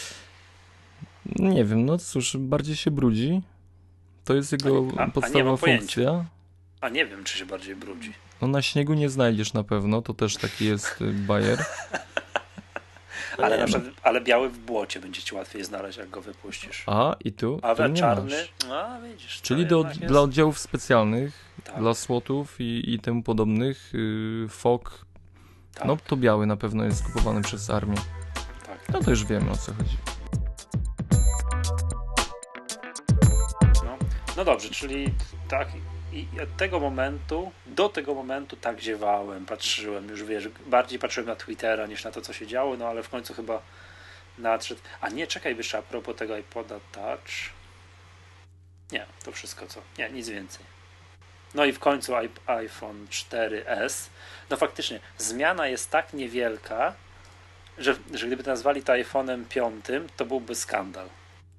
Nie wiem, no cóż, bardziej się brudzi. To jest jego nie mam podstawowa pojęcia. funkcja. A nie wiem, czy się bardziej brudzi. No na śniegu nie znajdziesz na pewno, to też taki jest bajer. Ale, nie, ale biały w błocie będzie ci łatwiej znaleźć, jak go wypuścisz. I tu A nie czarny, masz. Widzisz. to Czyli jednak jest... dla oddziałów specjalnych, Tak. dla SWAT-ów i temu podobnych, FOK, Tak, no to biały na pewno jest kupowany przez armię. tak. No to już wiemy, o co chodzi. No dobrze, czyli tak i od do tego momentu tak ziewałem, patrzyłem, już wiesz, bardziej patrzyłem na Twittera niż na to, co się działo, no ale w końcu chyba nadszedł. A nie, czekaj, jeszcze a propos tego iPoda Touch. Nie, to wszystko co. Nie, nic więcej. No i w końcu iPhone 4S. No faktycznie, zmiana jest tak niewielka, że gdyby to nazwali to iPhone'em 5, to byłby skandal.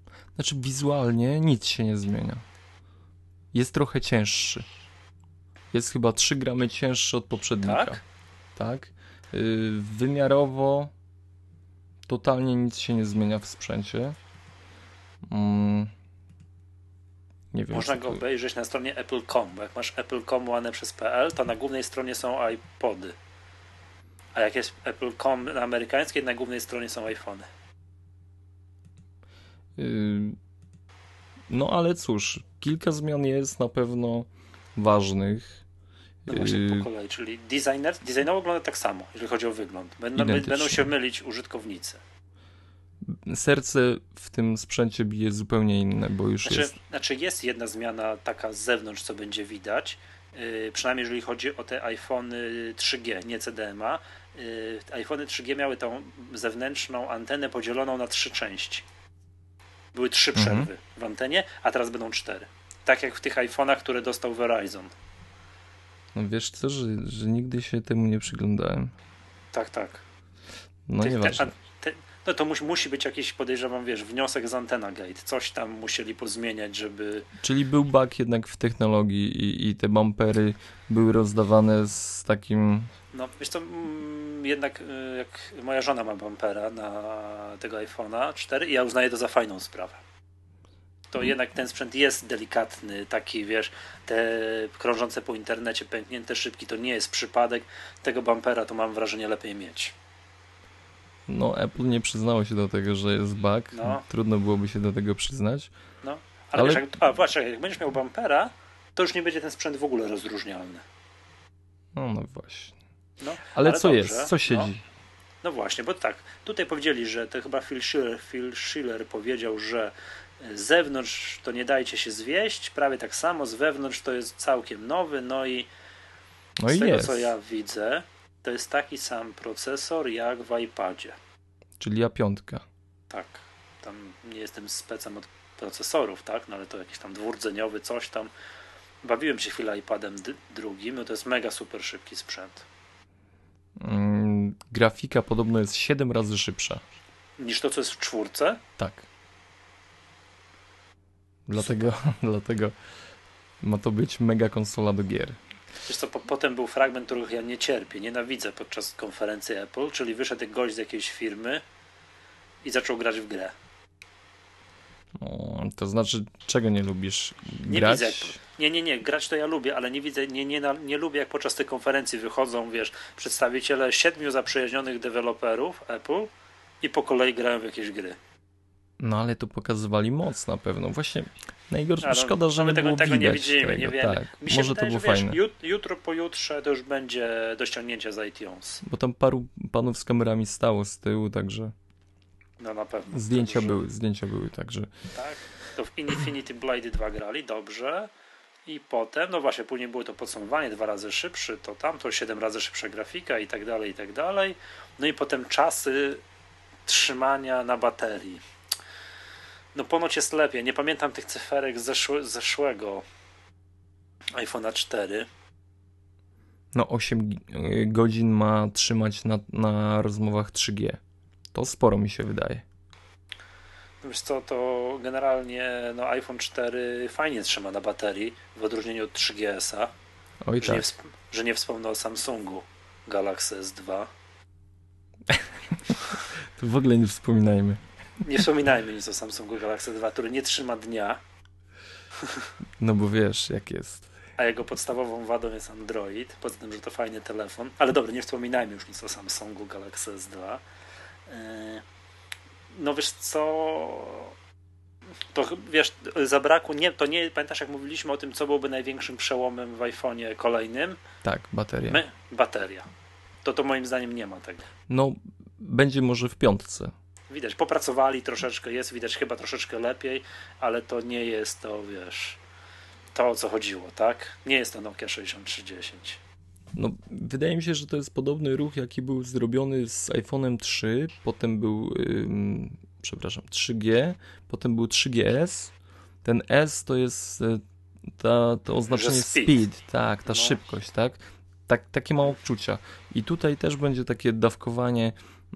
Znaczy wizualnie nic się nie zmienia. Jest trochę cięższy. jest chyba 3 gramy cięższy od poprzednika. Tak? Tak. Wymiarowo totalnie nic się nie zmienia w sprzęcie. Nie wiem. Można go obejrzeć na stronie Apple.com, bo jak masz Apple.com łane przez PL, to na głównej stronie są iPody. A jak jest Apple.com na amerykańskiej, na głównej stronie są iPhony. No ale cóż, kilka zmian jest na pewno ważnych. No właśnie po kolei, czyli designowo wygląda tak samo, jeżeli chodzi o wygląd. Będą się mylić użytkownicy. Serce w tym sprzęcie bije zupełnie inne, bo już jest jedna zmiana taka z zewnątrz, co będzie widać, przynajmniej jeżeli chodzi o te iPhony 3G, nie CDMA. iPhony 3G miały tą zewnętrzną antenę podzieloną na 3 części. Były 3 przerwy w antenie, a teraz będą 4. Tak jak w tych iPhone'ach, które dostał Verizon. No wiesz co, że nigdy się temu nie przyglądałem. Tak. No nieważne. No to musi być jakiś, podejrzewam, wniosek z Antenna Gate. Coś tam musieli pozmieniać, żeby... Czyli był bug jednak w technologii i te bumpery były rozdawane z takim... No wiesz co, jednak jak moja żona ma bumpera na tego iPhone'a 4 i ja uznaję to za fajną sprawę. To jednak ten sprzęt jest delikatny, taki te krążące po internecie, pęknięte szybki, to nie jest przypadek. Tego bumpera to mam wrażenie lepiej mieć. No, Apple nie przyznało się do tego, że jest bug. No. Trudno byłoby się do tego przyznać. No, ale wiesz, jak będziesz miał bumpera, to już nie będzie ten sprzęt w ogóle rozróżnialny. No właśnie. No, ale co dobrze, jest? Co siedzi? No właśnie, bo tak, tutaj powiedzieli, że to chyba Phil Schiller powiedział, że z zewnątrz to nie dajcie się zwieść, prawie tak samo, z wewnątrz to jest całkiem nowy, z tego co ja widzę, to jest taki sam procesor jak w iPadzie. Czyli A5. Tak, tam nie jestem specem od procesorów, tak, no ale to jakiś tam dwurdzeniowy coś tam. Bawiłem się chwilę iPadem drugim, no to jest mega super szybki sprzęt. Grafika podobno jest 7 razy szybsza. Niż to, co jest w 4? Tak. Dlatego ma to być mega konsola do gier. Wiesz co, potem był fragment, których ja nie cierpię, nienawidzę podczas konferencji Apple, czyli wyszedł gość z jakiejś firmy i zaczął grać w grę. To znaczy, czego nie lubisz? Grać? Nie, grać to ja lubię, ale nie widzę, nie lubię, jak podczas tej konferencji wychodzą, przedstawiciele 7 zaprzyjaźnionych deweloperów Apple i po kolei grają w jakieś gry. No ale tu pokazywali moc na pewno. Właśnie najgorsze, szkoda, że nie było tego widać. Nie widzimy, nie wiemy. Tak. Mi się może wydaje, to było fajne. Jutro, pojutrze to już będzie do ściągnięcia z iTunes. Bo tam paru panów z kamerami stało z tyłu, także... No na pewno. Zdjęcia były, także... Tak, to w Infinity Blade 2 grali, dobrze. I potem, no właśnie, później było to podsumowanie 2 razy szybszy, to tamto 7 razy szybsza grafika i tak dalej, i tak dalej. No i potem czasy trzymania na baterii. No ponoć jest lepiej. Nie pamiętam tych cyferek z zeszłego iPhone'a 4. No 8 godzin ma trzymać na rozmowach 3G. To sporo mi się wydaje. Wiesz co, to generalnie iPhone 4 fajnie trzyma na baterii, w odróżnieniu od 3GS-a. Oj tak. Że nie wspomnę o Samsungu Galaxy S2. To w ogóle nie wspominajmy. Nie wspominajmy nic o Samsungu Galaxy 2, który nie trzyma dnia. No bo wiesz, jak jest. A jego podstawową wadą jest Android, poza tym, że to fajny telefon. Ale dobra, nie wspominajmy już nic o Samsungu Galaxy S2. No wiesz co, to wiesz, zabrakło, pamiętasz jak mówiliśmy o tym, co byłoby największym przełomem w iPhone'ie kolejnym? Tak, bateria. Bateria. To moim zdaniem nie ma tego. No, będzie może w 5. Widać, popracowali troszeczkę, widać chyba troszeczkę lepiej, ale to nie jest to, to o co chodziło, tak? Nie jest to Nokia 6310. No, wydaje mi się, że to jest podobny ruch, jaki był zrobiony z iPhone'em 3, potem był, 3G, potem był 3GS. Ten S to jest to oznaczenie speed, tak, ta szybkość, tak? Takie mam odczucia. I tutaj też będzie takie dawkowanie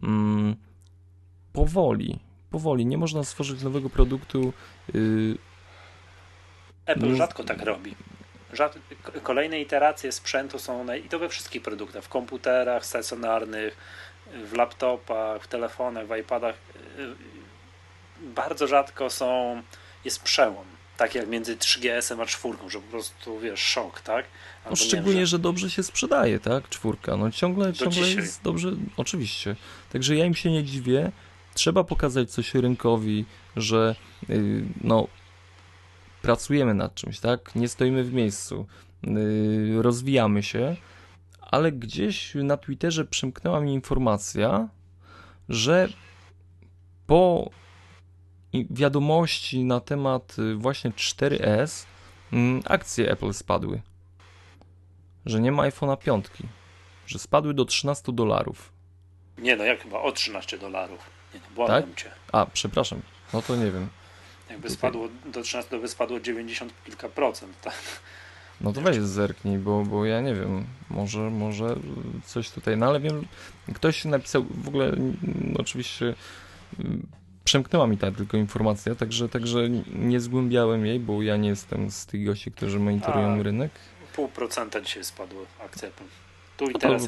powoli. Nie można stworzyć nowego produktu. Apple rzadko tak robi. kolejne iteracje sprzętu są, i to we wszystkich produktach, w komputerach stacjonarnych, w laptopach, w telefonach, w iPadach, bardzo rzadko jest przełom, tak jak między 3GS-em a 4, że po prostu, wiesz, szok, tak? Albo No szczególnie, że dobrze się sprzedaje, tak? 4. No ciągle dzisiaj. jest dobrze, oczywiście. Także ja im się nie dziwię. Trzeba pokazać coś rynkowi, że no pracujemy nad czymś, tak? Nie stoimy w miejscu. Rozwijamy się, ale gdzieś na Twitterze przemknęła mi informacja, że po wiadomości na temat właśnie 4S akcje Apple spadły. Że nie ma iPhone'a 5. Że spadły do $13. Nie, no jak chyba o $13. Nie, no, błagam Tak? cię. A, przepraszam. No to nie wiem. Jakby spadło do 13, to by spadło 90 kilka procent, tak? No to weź zerknij, bo ja nie wiem. Może coś tutaj. No ale wiem, ktoś napisał w ogóle, oczywiście przemknęła mi ta tylko informacja, także nie zgłębiałem jej, bo ja nie jestem z tych gości, którzy monitorują rynek. 0,5% dzisiaj spadło akcje Apple. Tu i No teraz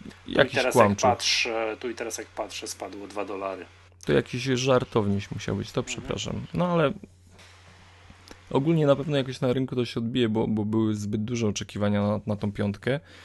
jak patrzę, spadło $2. To jakiś żartowniś musiał być, to przepraszam. No ale ogólnie na pewno jakoś na rynku to się odbije, bo były zbyt duże oczekiwania na tą 5.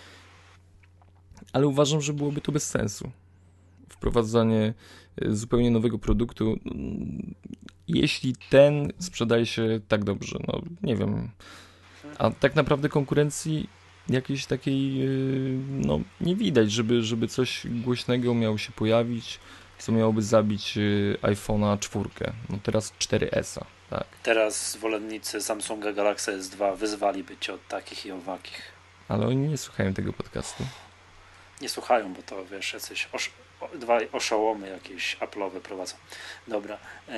Ale uważam, że byłoby to bez sensu. Wprowadzanie zupełnie nowego produktu, jeśli ten sprzedaje się tak dobrze, no nie wiem. A tak naprawdę konkurencji jakiejś takiej no nie widać, żeby coś głośnego miało się pojawić, co miałoby zabić iPhone'a 4. No teraz 4S-a, tak. Teraz zwolennicy Samsunga Galaxy S2 wyzwaliby cię od takich i owakich. Ale oni nie słuchają tego podcastu. Nie słuchają, bo to wiesz, jacyś dwa oszołomy jakieś Apple'owe prowadzą. Dobra.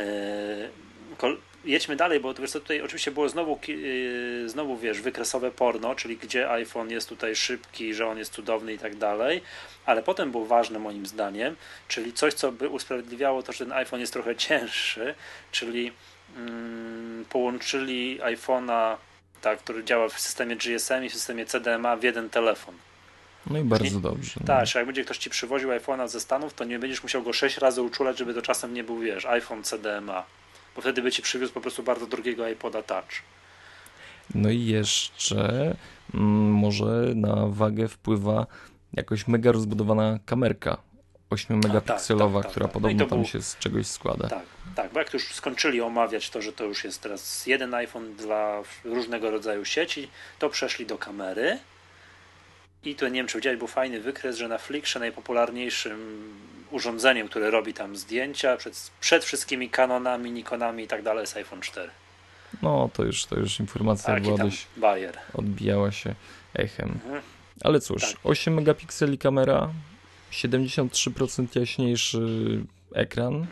Jedźmy dalej, bo wiesz, tutaj oczywiście było znowu wiesz, wykresowe porno, czyli gdzie iPhone jest tutaj szybki, że on jest cudowny i tak dalej, ale potem było ważne moim zdaniem, czyli coś, co by usprawiedliwiało to, że ten iPhone jest trochę cięższy, czyli połączyli iPhone'a, tak, który działa w systemie GSM i w systemie CDMA w jeden telefon. No i bardzo dobrze. Tak, że jak będzie ktoś ci przywoził iPhone'a ze Stanów, to nie będziesz musiał go 6 razy uczulać, żeby to czasem nie był, wiesz, iPhone CDMA. Bo wtedy by ci przywiózł po prostu bardzo drogiego iPoda Touch. No i jeszcze może na wagę wpływa jakoś mega rozbudowana kamerka 8-megapikselowa, która podobno tam się z czegoś składa. Tak, bo jak już skończyli omawiać to, że to już jest teraz jeden iPhone dla różnego rodzaju sieci, to przeszli do kamery. I tu nie wiem, czy widziałeś, był fajny wykres, że na Flickrze najpopularniejszym urządzeniem, które robi tam zdjęcia przed wszystkimi Canonami, Nikonami i tak dalej jest iPhone 4. No to już informacja była dość bajer. Odbijała się echem. Ale cóż, 8 megapikseli kamera, 73% jaśniejszy ekran.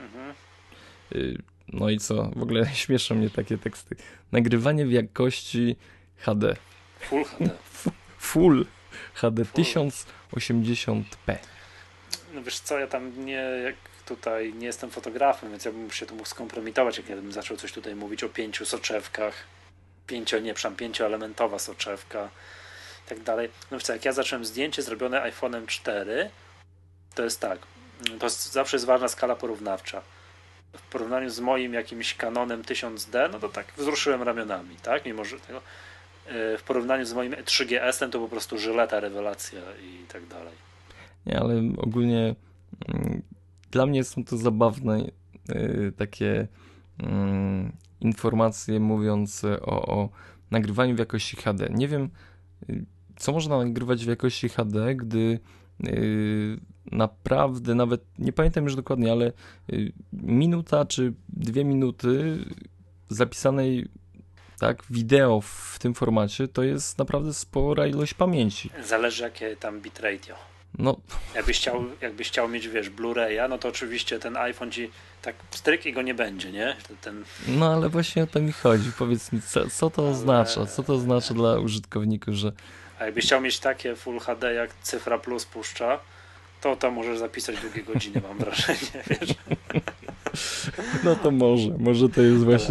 No i co? W ogóle śmieszą mnie takie teksty. Nagrywanie w jakości HD. Full HD. Full HD 1080p. No wiesz co, ja tam nie jestem fotografem, więc ja bym się tu mógł skompromitować, jak ja bym zaczął coś tutaj mówić o 5 soczewkach, 5-elementowa soczewka i tak dalej. No wiesz co, jak ja zacząłem zdjęcie zrobione iPhone'em 4, to jest tak, to zawsze jest ważna skala porównawcza. W porównaniu z moim jakimś Canonem 1000D, no to tak wzruszyłem ramionami, tak? Mimo że tego w porównaniu z moim 3GS-em to po prostu żyleta, rewelacja i tak dalej. Nie, ale ogólnie dla mnie są to zabawne takie informacje mówiące o nagrywaniu w jakości HD. Nie wiem, co można nagrywać w jakości HD, gdy naprawdę, nawet nie pamiętam już dokładnie, ale minuta czy 2 minuty zapisanej wideo w tym formacie to jest naprawdę spora ilość pamięci. Zależy jakie tam bitrate. No. Jakbyś chciał mieć, wiesz, Blu-raya, no to oczywiście ten iPhone ci tak stryk i go nie będzie, nie? No ale właśnie o to mi chodzi. Powiedz mi, co to oznacza? Co to oznacza dla użytkowników, że... A jakbyś chciał mieć takie Full HD, jak Cyfra Plus puszcza, to możesz zapisać długie godziny, mam wrażenie, wiesz? No to może to jest właśnie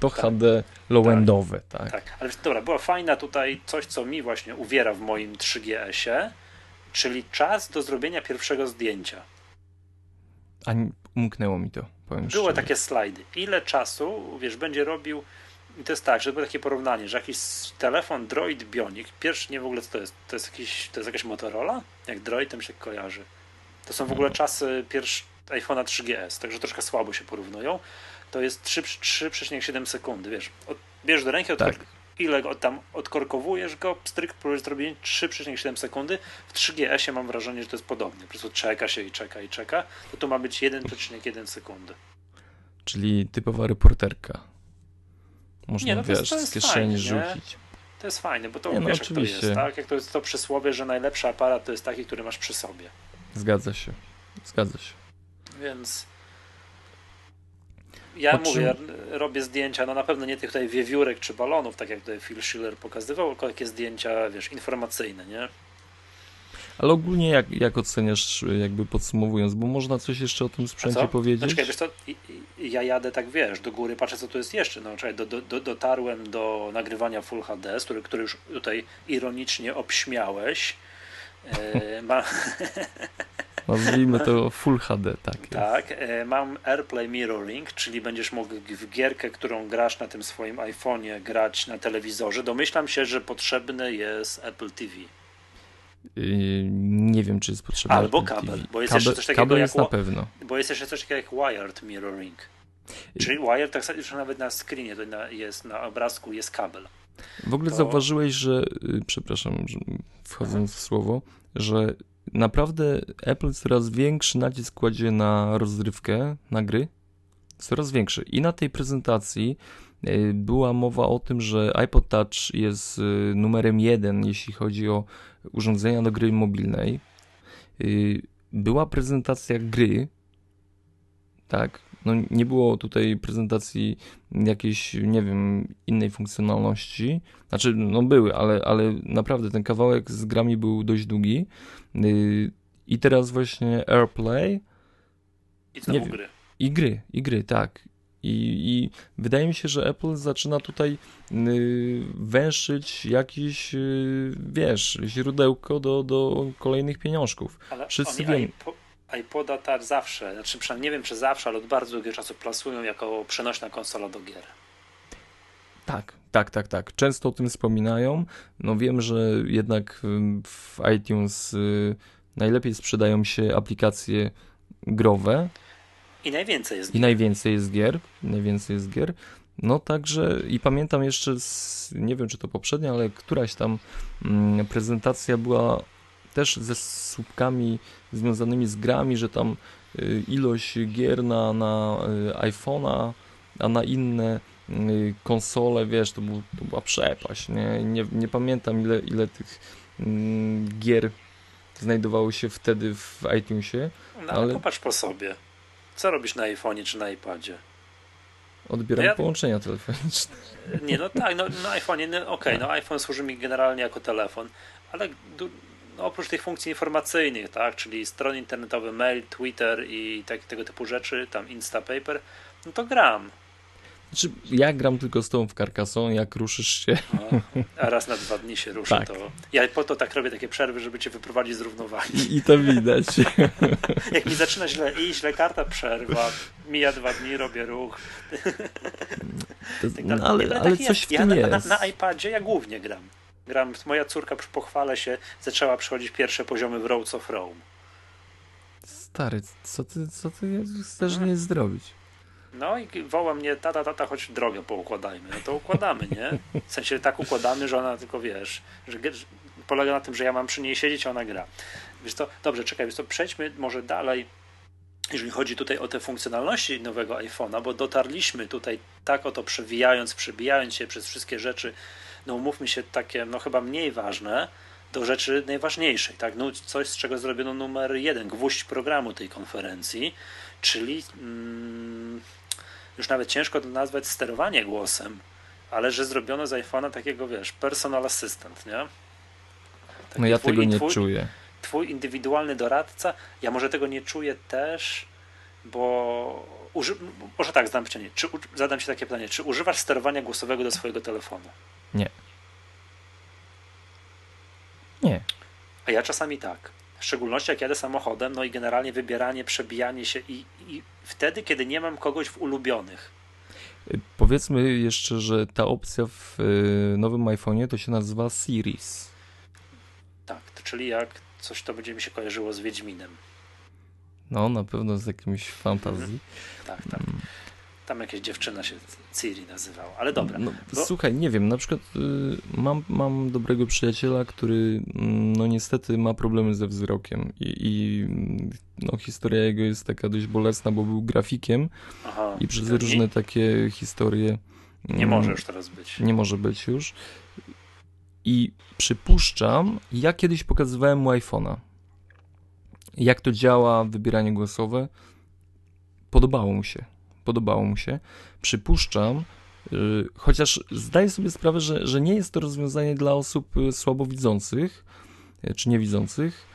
to HD low-endowe, tak. Tak, ale dobra, była fajna tutaj coś, co mi właśnie uwiera w moim 3GS-ie, czyli czas do zrobienia pierwszego zdjęcia. A umknęło mi to, powiem Były szczerze. takie slajdy. Ile czasu, wiesz, będzie robił. I to jest tak, że było takie porównanie, że jakiś telefon Droid Bionic, pierwszy nie w ogóle co to jest? To jest jakaś Motorola? Jak Droid, to mi się kojarzy. To są w ogóle czasy iPhone'a 3GS, także troszkę słabo się porównują. To jest 3,7 sekundy, wiesz. Bierzesz do ręki, Tak. ile tam odkorkowujesz go, pstryk, próbujesz zrobić 3,7 sekundy. W 3GS-ie mam wrażenie, że to jest podobnie. Po prostu czeka się i czeka. To tu ma być 1,1 sekundy. Czyli typowa reporterka. Można, Nie, no wiesz, to jest z kieszeni fajnie, rzucić. To jest fajne, bo to Nie, no wiesz, jak to oczywiście. jest, tak? Jak to jest to przysłowie, że najlepszy aparat to jest taki, który masz przy sobie. Zgadza się. Więc ja mówię, robię zdjęcia, no na pewno nie tych tutaj wiewiórek czy balonów, tak jak tutaj Phil Schiller pokazywał, tylko takie zdjęcia, wiesz, informacyjne, nie? Ale ogólnie jak oceniasz, jakby podsumowując, bo można coś jeszcze o tym sprzęcie powiedzieć? No czekaj, wiesz co, ja jadę tak, wiesz, do góry, patrzę co tu jest jeszcze, no czekaj, dotarłem do nagrywania Full HD, który już tutaj ironicznie obśmiałeś. Nazwijmy to Full HD, tak. Tak, mam AirPlay Mirroring, czyli będziesz mógł w gierkę, którą grasz na tym swoim iPhone'ie, grać na telewizorze. Domyślam się, że potrzebny jest Apple TV. Nie wiem, czy jest potrzebny Albo Apple kabel, TV. bo jest jeszcze coś takiego kabel jak jest na pewno. Bo jest jeszcze coś takiego jak Wired Mirroring. Czyli Wired, tak już nawet na screenie, jest na obrazku jest kabel. W ogóle zauważyłeś, że, przepraszam, że wchodząc w słowo, że naprawdę Apple coraz większy nacisk kładzie na rozrywkę, na gry. Coraz większy. I na tej prezentacji była mowa o tym, że iPod Touch jest numerem 1, jeśli chodzi o urządzenia do gry mobilnej. Była prezentacja gry, tak, no nie było tutaj prezentacji jakiejś, nie wiem, innej funkcjonalności. Znaczy, no były, ale naprawdę ten kawałek z grami był dość długi. I teraz właśnie AirPlay. I znowu gry. I gry, tak. I wydaje mi się, że Apple zaczyna tutaj węszyć jakieś, wiesz, źródełko do kolejnych pieniążków. Ale wszyscy oni wiem. iPoda tak zawsze, znaczy przynajmniej nie wiem czy zawsze, ale od bardzo długiego czasu plasują jako przenośna konsola do gier. Tak. Często o tym wspominają. No wiem, że jednak w iTunes najlepiej sprzedają się growe. I najwięcej jest gier. Najwięcej jest gier. No także i pamiętam jeszcze, nie wiem czy to poprzednia, ale któraś tam prezentacja była też ze słupkami związanymi z grami, że tam ilość gier na iPhone'a, a na inne konsole, wiesz, to była przepaść. Nie pamiętam ile tych gier znajdowało się wtedy w iTunesie. No ale popatrz po sobie. Co robisz na iPhone'ie czy na iPadzie? Odbieram połączenia telefoniczne. Nie, no tak, no na iPhone'ie, no okej, no iPhone służy mi generalnie jako telefon, ale oprócz tych funkcji informacyjnych, tak, czyli strony internetowe, mail, Twitter i tego typu rzeczy, tam Instapaper, no to gram. Znaczy, ja gram tylko z tobą w Carcassonne, jak ruszysz się. No, a raz na 2 dni się ruszę, tak. To ja po to tak robię takie przerwy, żeby cię wyprowadzić z równowagi. I to widać. Jak mi zaczyna źle karta przerwa, mija 2 dni, robię ruch. Ale coś w tym jest. Na iPadzie ja głównie gram. Moja córka, pochwalę się, zaczęła przechodzić pierwsze poziomy w Roads of Rome. Stary, co ty chcesz nie zrobić? No i woła mnie, tata, choć drogę poukładajmy. No to układamy, nie? W sensie tak układamy, że ona tylko, wiesz, że polega na tym, że ja mam przy niej siedzieć, a ona gra. Wiesz to, dobrze, czekaj, wiesz to, przejdźmy może dalej, jeżeli chodzi tutaj o te funkcjonalności nowego iPhone'a, bo dotarliśmy tutaj tak oto przebijając się przez wszystkie rzeczy, no umówmy się, takie, no chyba mniej ważne, do rzeczy najważniejszej, tak? No, coś, z czego zrobiono numer 1, gwóźdź programu tej konferencji, czyli już nawet ciężko to nazwać sterowanie głosem, ale że zrobiono z iPhone'a takiego, wiesz, personal assistant, nie? Taki no ja tego nie czuję. Twój indywidualny doradca, ja może tego nie czuję też, bo może tak, zadam pytanie. Zadam ci takie pytanie. Czy używasz sterowania głosowego do swojego telefonu? Nie. Nie. A ja czasami tak. W szczególności jak jadę samochodem, no i generalnie wybieranie, przebijanie się i wtedy, kiedy nie mam kogoś w ulubionych. Powiedzmy jeszcze, że ta opcja w nowym iPhone'ie to się nazywa Series. Tak, czyli jak coś to będzie mi się kojarzyło z Wiedźminem. No, na pewno z jakimś fantazji. Tak. Tam jakaś dziewczyna się Ciri nazywała, ale dobra. No, słuchaj, nie wiem, na przykład mam dobrego przyjaciela, który no niestety ma problemy ze wzrokiem i no, historia jego jest taka dość bolesna, bo był grafikiem i przez różne takie historie nie może już teraz być. Nie może być już. I przypuszczam, ja kiedyś pokazywałem mu iPhone'a. Jak to działa, wybieranie głosowe. Podobało mu się. Przypuszczam, chociaż zdaję sobie sprawę, że nie jest to rozwiązanie dla osób słabowidzących czy niewidzących,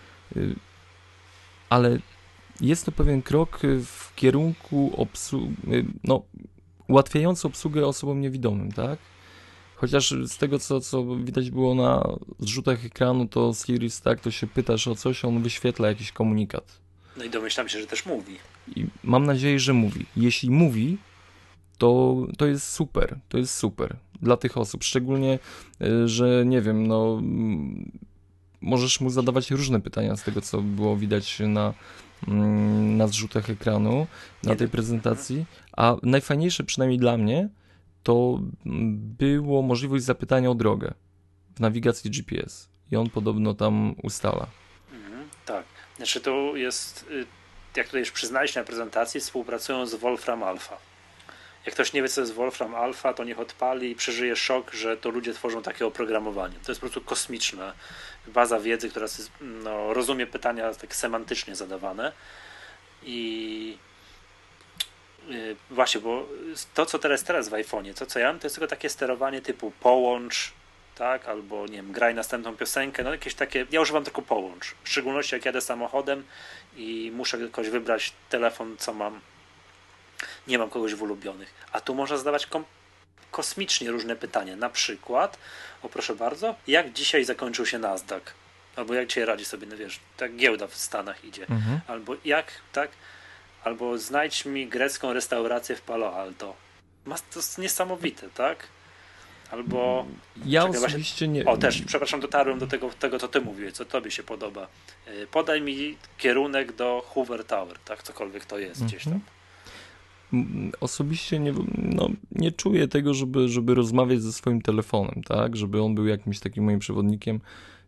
ale jest to pewien krok w kierunku ułatwiający obsługę osobom niewidomym, tak? Chociaż z tego, co widać było na zrzutach ekranu, to Sirius, tak, to się pytasz o coś, on wyświetla jakiś komunikat. No i domyślam się, że też mówi. I mam nadzieję, że mówi. Jeśli mówi, to jest super. To jest super dla tych osób. Szczególnie, że nie wiem, no możesz mu zadawać różne pytania z tego, co było widać na zrzutach ekranu, na tej prezentacji. A najfajniejsze, przynajmniej dla mnie, to było możliwość zapytania o drogę w nawigacji GPS. I on podobno tam ustala. Tak. Znaczy to jest, jak tutaj już przyznaliśmy na prezentacji, współpracują z Wolfram Alpha. Jak ktoś nie wie, co jest Wolfram Alpha, to niech odpali i przeżyje szok, że to ludzie tworzą takie oprogramowanie. To jest po prostu kosmiczna baza wiedzy, która rozumie pytania tak semantycznie zadawane. I właśnie, bo to, co teraz w iPhone'ie, to co ja mam, to jest tylko takie sterowanie typu połącz, tak, albo nie wiem, graj następną piosenkę, no jakieś takie, ja używam tylko połącz, w szczególności jak jadę samochodem i muszę jakoś wybrać telefon, co mam, nie mam kogoś w ulubionych, a tu można zadawać kosmicznie różne pytania, na przykład, o proszę bardzo, jak dzisiaj zakończył się Nasdaq, albo jak dzisiaj radzi sobie, no wiesz, tak giełda w Stanach idzie, albo jak, tak, albo znajdź mi grecką restaurację w Palo Alto. To jest niesamowite, tak? Albo... Ja osobiście nie... też, przepraszam, dotarłem do tego, co ty mówiłeś, co tobie się podoba. Podaj mi kierunek do Hoover Tower, tak? Cokolwiek to jest gdzieś tam. Osobiście nie czuję tego, żeby rozmawiać ze swoim telefonem, tak? Żeby on był jakimś takim moim przewodnikiem.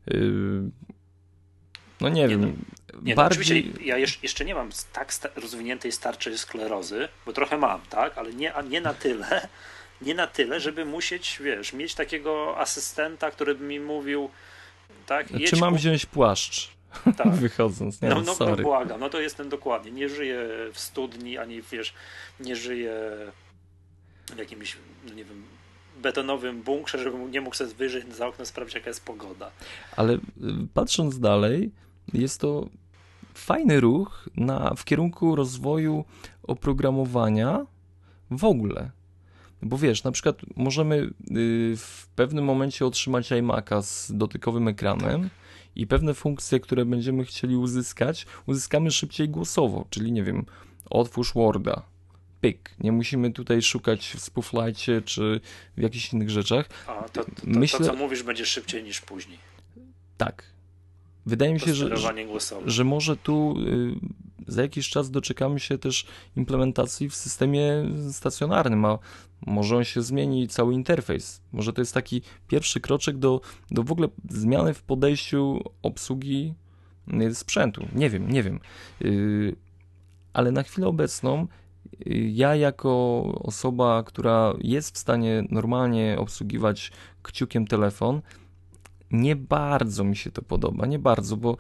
No nie wiem. Bardziej... Oczywiście ja jeszcze nie mam tak rozwiniętej starczej sklerozy, bo trochę mam, tak? Ale nie na tyle, żeby musieć, wiesz, mieć takiego asystenta, który by mi mówił, tak? Czy mam wziąć płaszcz? Tak. Wychodząc, nie? No błagam, no to jestem dokładnie. Nie żyję w studni, ani wiesz, nie żyję w jakimś, no nie wiem, betonowym bunkrze, żebym nie mógł sobie wyjrzeć za okno, sprawdzić, jaka jest pogoda. Ale patrząc dalej, jest to fajny ruch w kierunku rozwoju oprogramowania w ogóle. Bo wiesz, na przykład możemy w pewnym momencie otrzymać iMac'a z dotykowym ekranem i pewne funkcje, które będziemy chcieli uzyskamy szybciej głosowo, czyli nie wiem, otwórz Worda, pyk. Nie musimy tutaj szukać w Spooflightie czy w jakichś innych rzeczach. A myślę, to co mówisz, będzie szybciej niż później. Tak. Wydaje mi się, że może tu za jakiś czas doczekamy się też implementacji w systemie stacjonarnym, a może on się zmieni cały interfejs. Może to jest taki pierwszy kroczek do w ogóle zmiany w podejściu obsługi sprzętu. Nie wiem. Ale na chwilę obecną ja jako osoba, która jest w stanie normalnie obsługiwać kciukiem telefon, nie bardzo mi się to podoba, bo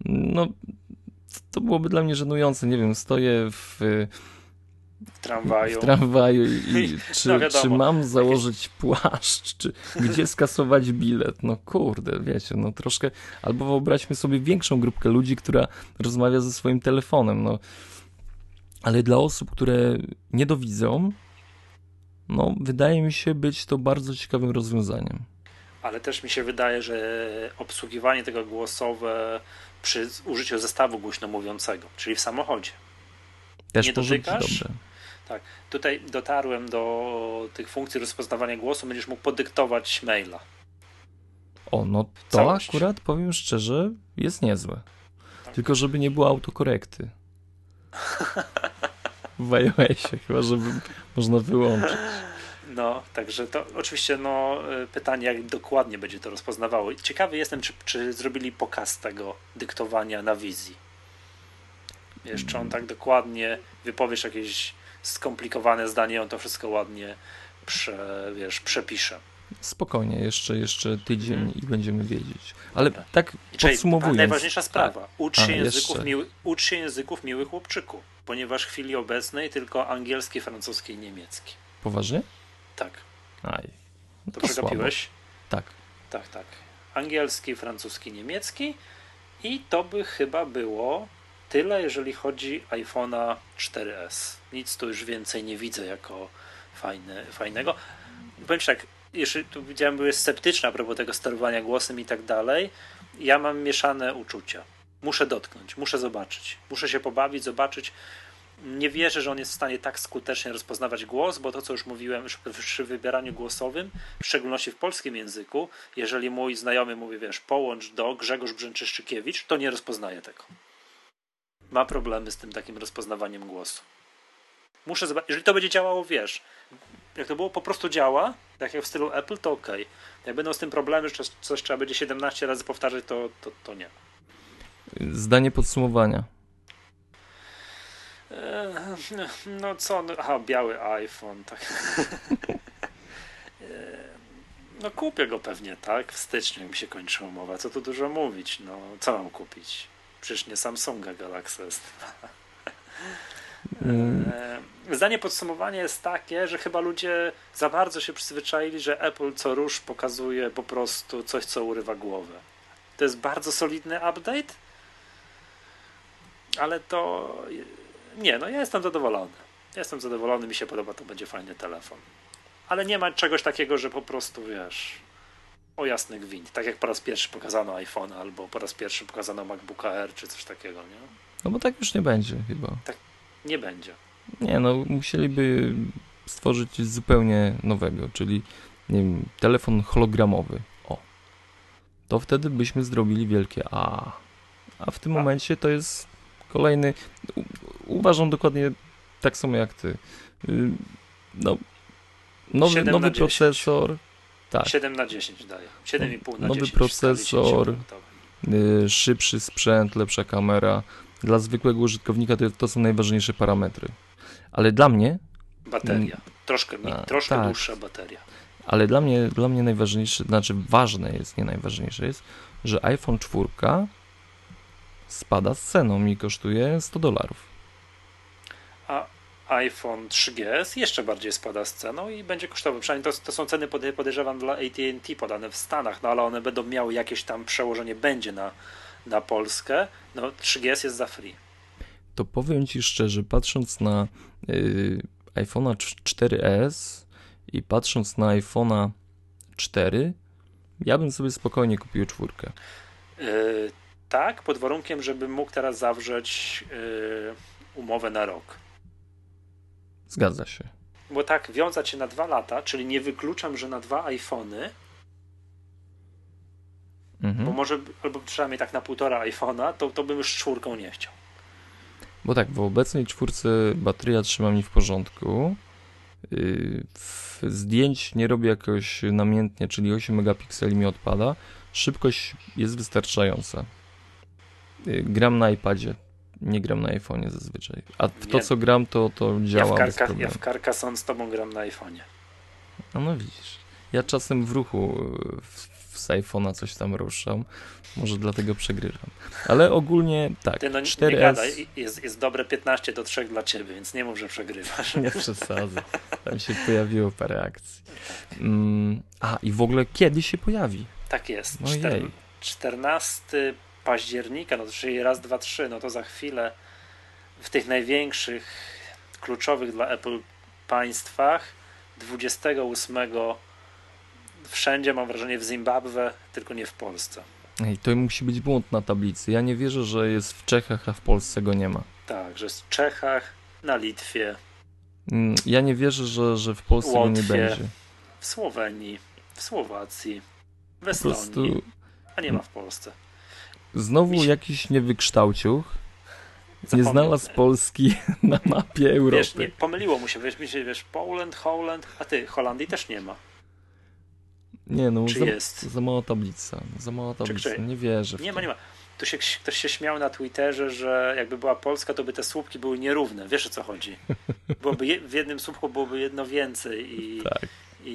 to byłoby dla mnie żenujące, nie wiem, stoję w tramwaju i czy mam założyć płaszcz, czy gdzie skasować bilet, no kurde, wiecie, no troszkę, albo wyobraźmy sobie większą grupkę ludzi, która rozmawia ze swoim telefonem, no ale dla osób, które niedowidzą, no wydaje mi się być to bardzo ciekawym rozwiązaniem. Ale też mi się wydaje, że obsługiwanie tego głosowe przy użyciu zestawu głośno mówiącego, czyli w samochodzie. Też Nie może być dotykasz? dobre. Tak. Tutaj dotarłem do tych funkcji rozpoznawania głosu, będziesz mógł podyktować maila. O, no to Całość. akurat, powiem szczerze, jest niezłe. Tak. Tylko żeby nie było autokorekty. W iOSie chyba, żeby można wyłączyć. No, także to oczywiście pytanie, jak dokładnie będzie to rozpoznawało. Ciekawy jestem, czy zrobili pokaz tego dyktowania na wizji. Wiesz, czy on tak dokładnie wypowiesz jakieś skomplikowane zdanie, on to wszystko ładnie przepisze. Spokojnie, jeszcze tydzień i będziemy wiedzieć. Ale tak Czyli podsumowując... najważniejsza sprawa. Ucz się języków miły chłopczyku, ponieważ w chwili obecnej tylko angielski, francuski i niemiecki. Poważnie? Tak. Aj. No To to przegapiłeś? Tak. Tak. Angielski, francuski, niemiecki i to by chyba było tyle, jeżeli chodzi o iPhone'a 4S. Nic tu już więcej nie widzę jako fajnego. Powiem ci tak, jeszcze tu widziałem, byłeś sceptyczny a propos tego sterowania głosem i tak dalej. Ja mam mieszane uczucia. Muszę dotknąć, muszę zobaczyć. Muszę się pobawić, zobaczyć. Nie wierzę, że on jest w stanie tak skutecznie rozpoznawać głos, bo to, co już mówiłem przy wybieraniu głosowym, w szczególności w polskim języku, jeżeli mój znajomy mówi, połącz do Grzegorz Brzęczyszczykiewicz, to nie rozpoznaje tego. Ma problemy z tym takim rozpoznawaniem głosu. Muszę zobaczyć, jeżeli to będzie działało, jak to było, po prostu działa, tak jak w stylu Apple, to ok. Jak będą z tym problemy, że coś trzeba będzie 17 razy powtarzać, to nie. Zdanie podsumowania. No co, biały iPhone, tak. No kupię go pewnie, tak? W styczniu mi się kończy umowa. Co tu dużo mówić? No, co mam kupić? Przecież nie Samsunga Galaxy S2. Zdanie podsumowania jest takie, że chyba ludzie za bardzo się przyzwyczaili, że Apple co rusz pokazuje po prostu coś, co urywa głowę. To jest bardzo solidny update, ale to... Nie, ja jestem zadowolony. Mi się podoba, to będzie fajny telefon. Ale nie ma czegoś takiego, że po prostu, o jasny gwint. Tak jak po raz pierwszy pokazano iPhone, albo po raz pierwszy pokazano MacBooka Air, czy coś takiego, nie? No bo tak już nie będzie chyba. Tak nie będzie. Nie, musieliby stworzyć coś zupełnie nowego, czyli nie wiem, telefon hologramowy. O. To wtedy byśmy zrobili wielkie A. A w tym momencie to jest kolejny... Uważam dokładnie tak samo jak ty. Nowy procesor. Tak. 7/10 daje. 7,5/10. Nowy procesor, szybszy sprzęt, lepsza kamera. Dla zwykłego użytkownika to są najważniejsze parametry. Ale dla mnie... Bateria. Troszkę tak. dłuższa bateria. Ale dla mnie najważniejsze, ważne jest, nie najważniejsze jest, że iPhone 4 spada z ceną i kosztuje $100. A iPhone 3GS jeszcze bardziej spada z ceną i będzie kosztował. Przynajmniej to są ceny, podejrzewam, dla AT&T podane w Stanach, ale one będą miały jakieś tam przełożenie, będzie na Polskę. 3GS jest za free. To powiem Ci szczerze, patrząc na iPhone'a 4S i patrząc na iPhone'a 4, ja bym sobie spokojnie kupił 4. Tak, pod warunkiem, żebym mógł teraz zawrzeć umowę na rok. Zgadza się. Bo tak, wiązać się na 2 lata, czyli nie wykluczam, że na 2 iPhony, bo może, albo przynajmniej tak na 1,5 iPhone'a, to bym już 4 nie chciał. Bo tak, w obecnej 4 bateria trzyma mnie w porządku. Zdjęć nie robię jakoś namiętnie, czyli 8 megapikseli mi odpada. Szybkość jest wystarczająca. Gram na iPadzie, nie gram na iPhone'ie zazwyczaj. A w to, co gram, to działa bez problemu. Ja w Carcassonne z tobą gram na iPhone'ie. No widzisz. Ja czasem w ruchu z iPhone'a coś tam ruszam. Może dlatego przegrywam. Ale ogólnie tak, 4S... Nie gadaj, jest dobre 15-3 dla ciebie, więc nie mów, że przegrywasz. Nie przesadzę. Tam się pojawiło parę akcji. I w ogóle kiedy się pojawi? Tak jest. 14 października, czyli raz, dwa, trzy, to za chwilę w tych największych kluczowych dla Apple państwach 28 wszędzie, mam wrażenie, w Zimbabwe, tylko nie w Polsce. Ej, to musi być błąd na tablicy. Ja nie wierzę, że jest w Czechach, a w Polsce go nie ma. Tak, że jest w Czechach, na Litwie, Ja nie wierzę, że w Polsce go nie Łotwie, będzie. w Słowenii, w Słowacji, w Po Estonii, prostu a nie ma w Polsce. znowu Mi się- jakiś niewykształciuch nie Zapomniał. znalazł Polski na mapie Europy. Wiesz, nie, pomyliło mu się, wiesz, Poland, Holland, a ty, Holandii też nie ma. Nie no, Czy jest? za mała tablica. Za mała tablica. czy- Nie wierzę w Nie to. ma, nie ma. Tu się ktoś się śmiał na Twitterze, że jakby była Polska, to by te słupki były nierówne. Wiesz, o co chodzi? Byłoby w jednym słupku byłoby jedno więcej Tak.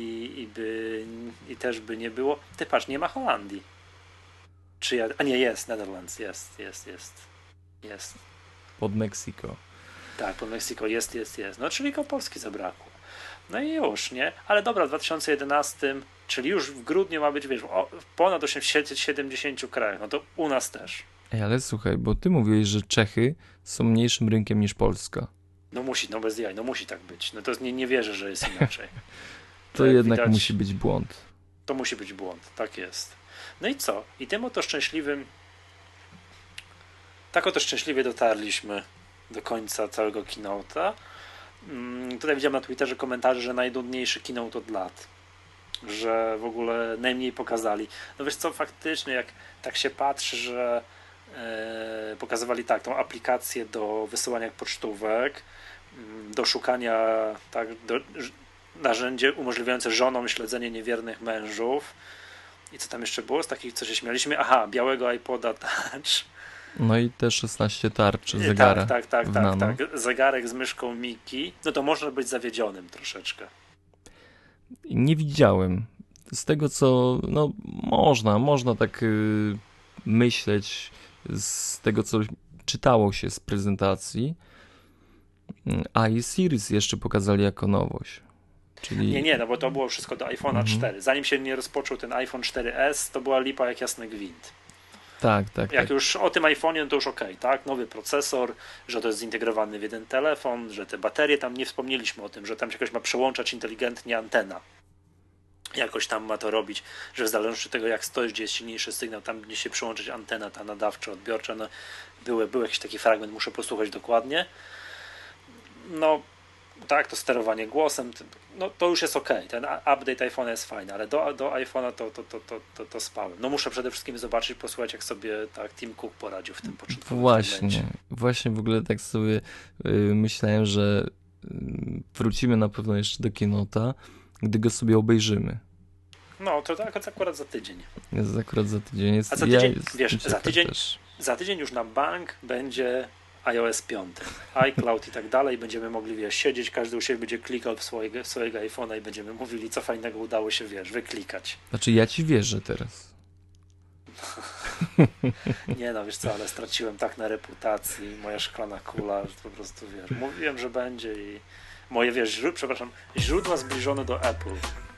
i też by nie było. Ty patrz, nie ma Holandii. A nie, jest, Netherlands, jest. Pod Meksyko. Tak, po Meksyko jest. No, czyli tylko Polski zabrakło. No i już, nie? Ale dobra, w 2011, czyli już w grudniu ma być, wiesz, w ponad 70 krajach. No to u nas też. Ej, ale słuchaj, bo ty mówiłeś, że Czechy są mniejszym rynkiem niż Polska. No musi, no bez jaj, no musi tak być. No to nie wierzę, że jest inaczej. To Jak jednak widać, musi być błąd. To musi być błąd, tak jest. No i co? I tym oto szczęśliwym, tak oto szczęśliwie dotarliśmy do końca całego keynote'a. Tutaj widziałem na Twitterze komentarze, że najdudniejszy keynote od lat. Że w ogóle najmniej pokazali. No wiesz co, faktycznie jak tak się patrzy, że pokazywali tak, tą aplikację do wysyłania pocztówek, do szukania, tak, narzędzie umożliwiające żonom śledzenie niewiernych mężów. I co tam jeszcze było z takich, co się śmialiśmy? Aha, białego iPoda Touch. No i te 16 tarczy zegara. Tak. w nano. Zegarek z myszką Miki. No to można być zawiedzionym troszeczkę. Nie widziałem. Z tego co, no można tak myśleć z tego co czytało się z prezentacji. A i Series jeszcze pokazali jako nowość. Czyli Nie, no bo to było wszystko do iPhone'a 4. Zanim się nie rozpoczął ten iPhone 4S, to była lipa jak jasny gwint. tak. Jak już o tym iPhone'ie, no to już okej, tak? Nowy procesor, że to jest zintegrowany w jeden telefon, że te baterie, tam nie wspomnieliśmy o tym, że tam się jakoś ma przełączać inteligentnie antena. Jakoś tam ma to robić, że w zależności od tego, jak stoisz, gdzie jest silniejszy sygnał, tam będzie się przełączyć antena, ta nadawcza, odbiorcza. No, był jakiś taki fragment, muszę posłuchać dokładnie. No, tak, to sterowanie głosem, no to już jest okej. Ten update iPhone'a jest fajny, ale do iPhone'a to spałem. No muszę przede wszystkim zobaczyć, posłuchać, jak sobie tak Tim Cook poradził w tym początkowym fragmencie. Właśnie w ogóle tak sobie myślałem, że wrócimy na pewno jeszcze do keynote'a, gdy go sobie obejrzymy. No, to tak akurat za tydzień. Jest akurat za tydzień. A za tydzień, wiesz, jestem za ciekaw tydzień, też. za tydzień już na bank będzie iOS 5, iCloud i tak dalej. Będziemy mogli, wiesz, siedzieć, każdy u siebie będzie klikał w swojego iPhone'a i będziemy mówili, co fajnego udało się, wiesz, wyklikać. Znaczy ja ci wierzę teraz. Nie no, wiesz co, ale straciłem tak na reputacji, moja szklana kula, że po prostu, wiesz, mówiłem, że będzie i moje, wiesz, źródła zbliżone do Apple.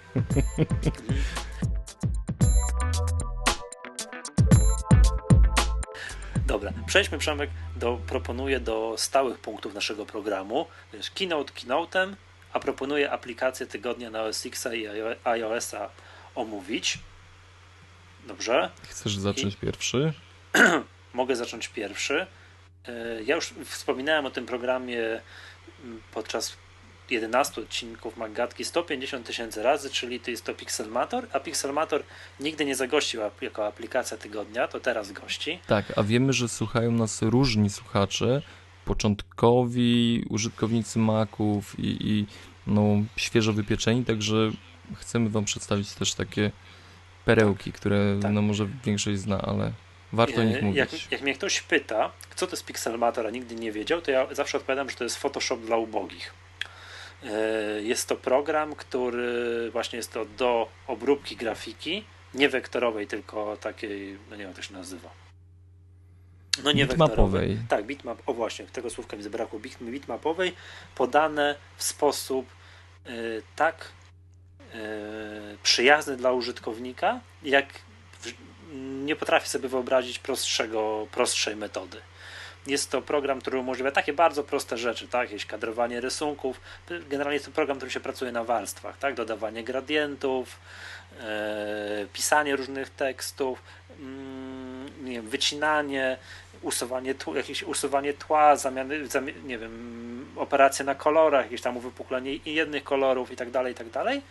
Dobra, przejdźmy, Przemek, proponuję do stałych punktów naszego programu. Wiesz, keynote'em, a proponuję aplikację tygodnia na OS X i iOS-a omówić. Dobrze? Chcesz zacząć pierwszy? Mogę zacząć pierwszy. Ja już wspominałem o tym programie podczas 11 odcinków Maggatki 150 000 razy, czyli to jest to Pixelmator, a Pixelmator nigdy nie zagościł jako aplikacja tygodnia, to teraz gości. Tak, a wiemy, że słuchają nas różni słuchacze, początkowi użytkownicy Maców i świeżo wypieczeni, także chcemy wam przedstawić też takie perełki, które Tak. no może większość zna, ale warto o nich mówić. Jak mnie ktoś pyta, co to jest Pixelmator, a nigdy nie wiedział, to ja zawsze odpowiadam, że to jest Photoshop dla ubogich. Jest to program, który właśnie jest to do obróbki grafiki, nie wektorowej, tylko takiej, no nie wiem jak to się nazywa. No nie Bitmapowej. wektorowej. Tak, bitmap, o właśnie, tego słówka mi zabrakło, bitmapowej, podane w sposób tak przyjazny dla użytkownika, jak nie potrafię sobie wyobrazić prostszej metody. Jest to program, który umożliwia takie bardzo proste rzeczy, tak? Jakieś kadrowanie rysunków. Generalnie jest to program, który się pracuje na warstwach, tak? Dodawanie gradientów, pisanie różnych tekstów, nie wiem, wycinanie, usuwanie tła, nie wiem, operacje na kolorach, jakieś tam uwypuklenie jednych kolorów i tak dalej.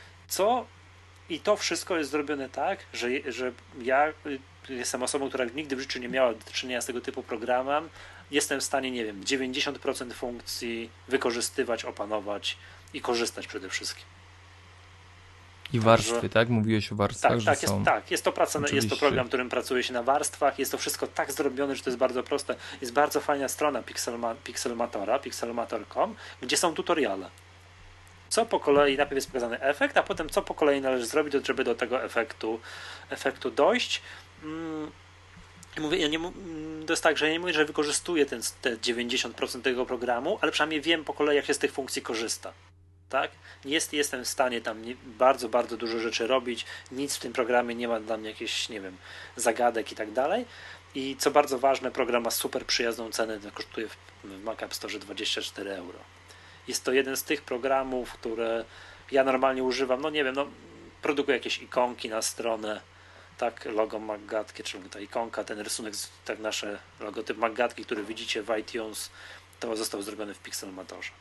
I to wszystko jest zrobione tak, że ja jestem osobą, która nigdy w życiu nie miała do czynienia z tego typu programem. Jestem w stanie, nie wiem, 90% funkcji wykorzystywać, opanować i korzystać przede wszystkim. I warstwy, tak? Mówiłeś o warstwach, że są. Jest to praca, jest to program, którym pracuje się na warstwach, jest to wszystko tak zrobione, że to jest bardzo proste. Jest bardzo fajna strona Pixelmatora, pixelmator.com, gdzie są tutoriale. Co po kolei, najpierw jest pokazany efekt, a potem co po kolei należy zrobić, żeby do tego efektu dojść. Mówię, to jest tak, że ja nie mówię, że wykorzystuję te 90% tego programu, ale przynajmniej wiem po kolei, jak się z tych funkcji korzysta. Tak? Jestem w stanie tam bardzo, bardzo dużo rzeczy robić, nic w tym programie nie ma dla mnie jakichś, nie wiem, zagadek i tak dalej. I co bardzo ważne, program ma super przyjazną cenę, kosztuje w Mac App Store 24 euro. Jest to jeden z tych programów, które ja normalnie używam, produkuję jakieś ikonki na stronę, tak, logo MacGatki, czyli ta ikonka, ten rysunek, tak nasze logotyp MacGatki, który widzicie w iTunes, to został zrobiony w Pixelmatorze.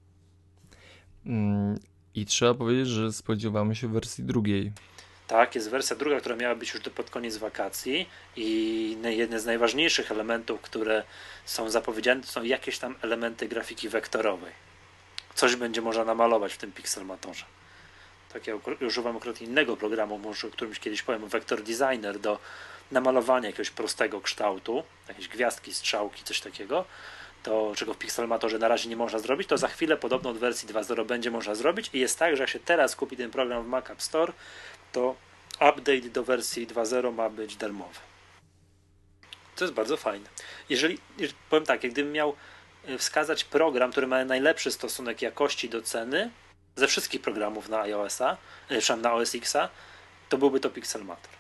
I trzeba powiedzieć, że spodziewamy się wersji drugiej. Tak, jest wersja druga, która miała być już pod koniec wakacji i jeden z najważniejszych elementów, które są zapowiedziane, to są jakieś tam elementy grafiki wektorowej. Coś będzie można namalować w tym Pixelmatorze. Tak, ja używam akurat innego programu, może o którymś kiedyś powiem, Vector Designer, do namalowania jakiegoś prostego kształtu, jakieś gwiazdki, strzałki, coś takiego. To, czego w Pixelmatorze na razie nie można zrobić, to za chwilę podobno od wersji 2.0 będzie można zrobić i jest tak, że jak się teraz kupi ten program w Mac App Store, to update do wersji 2.0 ma być darmowy. To jest bardzo fajne. Powiem tak, jak gdybym miał wskazać program, który ma najlepszy stosunek jakości do ceny ze wszystkich programów na iOS-a, na OS X-a, to byłby to Pixelmator.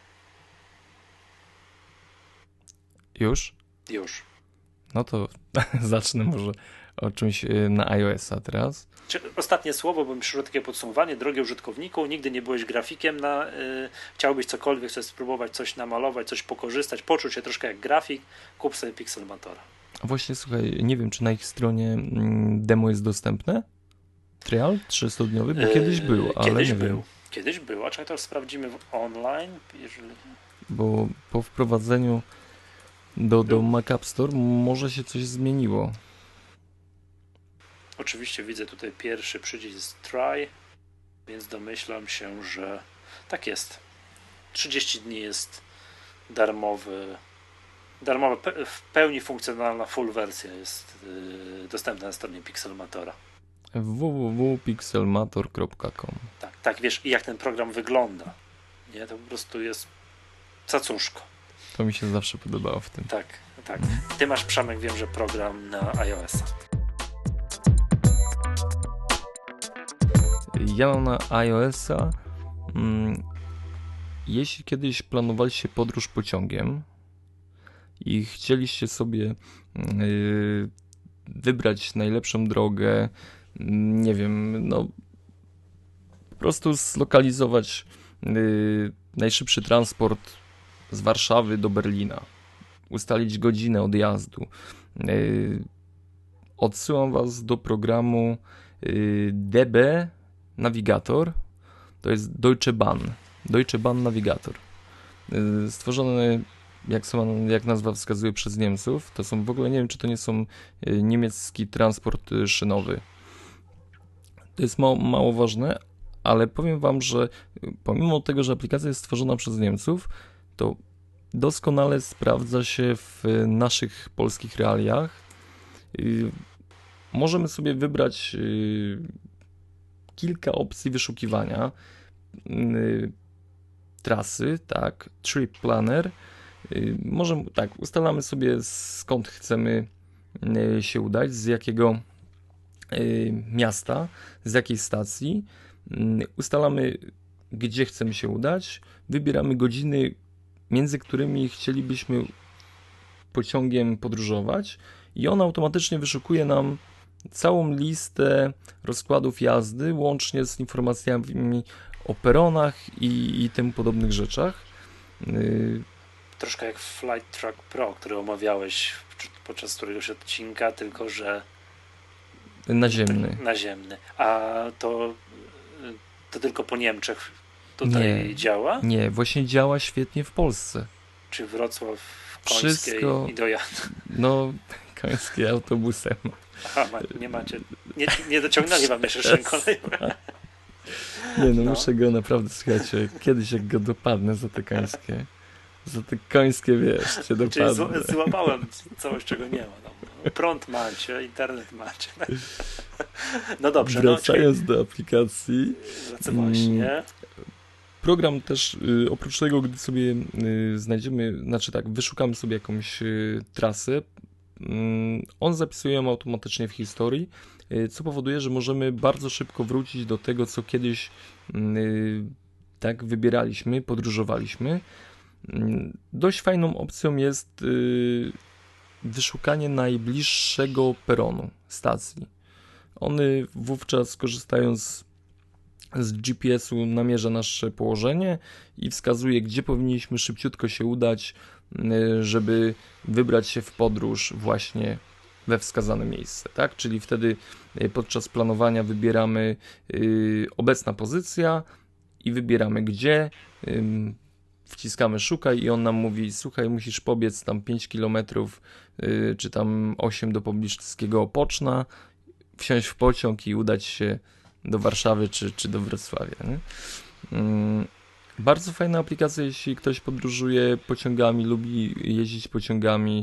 Już? Już. No to zacznę może o czymś na iOS-a teraz. Ostatnie słowo, bo mi przyszło takie podsumowanie. Drogi użytkowniku, nigdy nie byłeś grafikiem, chciałbyś cokolwiek, chcesz spróbować coś namalować, coś pokorzystać, poczuć się troszkę jak grafik, kup sobie Pixelmatora. A właśnie, słuchaj, nie wiem, czy na ich stronie demo jest dostępne? Trial 300-dniowy? Bo kiedyś był, ale kiedyś nie był. wiem. Kiedyś był, a czekaj, to sprawdzimy online, jeżeli... Bo po wprowadzeniu do Mac App Store może się coś zmieniło. Oczywiście widzę tutaj pierwszy przycisk try, więc domyślam się, że tak jest. 30 dni jest darmowa, w pełni funkcjonalna full wersja jest dostępna na stronie Pixelmatora. www.pixelmator.com. Tak, wiesz, jak ten program wygląda. Nie, to po prostu jest cacuszko. To mi się zawsze podobało w tym. Tak. Ty masz, Przemek, wiem, że program na iOS-a. Ja mam na iOS-a. Jeśli kiedyś planowaliście podróż pociągiem i chcieliście sobie wybrać najlepszą drogę, nie wiem, po prostu zlokalizować najszybszy transport z Warszawy do Berlina, ustalić godzinę odjazdu. Odsyłam Was do programu DB Navigator. To jest Deutsche Bahn Navigator. Stworzony, jak nazwa wskazuje, przez Niemców. To są w ogóle, nie wiem, czy to nie są niemiecki transport szynowy. To jest mało ważne, ale powiem Wam, że pomimo tego, że aplikacja jest stworzona przez Niemców, to doskonale sprawdza się w naszych polskich realiach. Możemy sobie wybrać kilka opcji wyszukiwania. Trasy, tak, Trip Planner. Ustalamy sobie, skąd chcemy się udać, z jakiego miasta, z jakiej stacji. Ustalamy, gdzie chcemy się udać. Wybieramy godziny, między którymi chcielibyśmy pociągiem podróżować i on automatycznie wyszukuje nam całą listę rozkładów jazdy, łącznie z informacjami o peronach i tym podobnych rzeczach. Troszkę jak Flight Track Pro, który omawiałeś podczas któregoś odcinka, tylko że naziemny. A to tylko po Niemczech tutaj działa? Nie, właśnie działa świetnie w Polsce. Czy Wrocław Końskiej i dojazd? No, Końskie autobusem. Aha, nie macie, nie dociągnęli wam jeszcze kolejną. Nie, muszę go naprawdę, słuchajcie, kiedyś jak go dopadnę za te końskie, wiesz, cię dopadnę. Czyli złapałem coś, czego nie ma. No, prąd macie, internet macie. No dobrze. Wracając do aplikacji. Właśnie. Program też, oprócz tego, gdy sobie znajdziemy, wyszukamy sobie jakąś trasę, on zapisuje ją automatycznie w historii, co powoduje, że możemy bardzo szybko wrócić do tego, co kiedyś tak wybieraliśmy, podróżowaliśmy. Dość fajną opcją jest wyszukanie najbliższego peronu stacji. On wówczas, korzystając z GPS-u, namierza nasze położenie i wskazuje, gdzie powinniśmy szybciutko się udać, żeby wybrać się w podróż właśnie we wskazane miejsce, tak? Czyli wtedy podczas planowania wybieramy obecna pozycja i wybieramy gdzie, wciskamy szukaj i on nam mówi, słuchaj, musisz pobiec tam 5 km czy tam 8 do pobliskiego Opoczna, wsiąść w pociąg i udać się do Warszawy czy do Wrocławia. Nie? Bardzo fajna aplikacja, jeśli ktoś podróżuje pociągami, lubi jeździć pociągami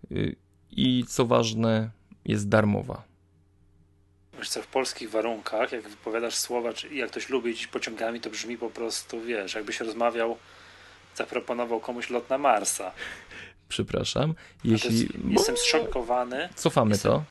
i co ważne, jest darmowa. Wiesz co, w polskich warunkach, jak wypowiadasz słowa, czy jak ktoś lubi jeździć pociągami, to brzmi po prostu, wiesz, jakbyś zaproponował komuś lot na Marsa. Przepraszam. Jestem zszokowany. Cofamy to.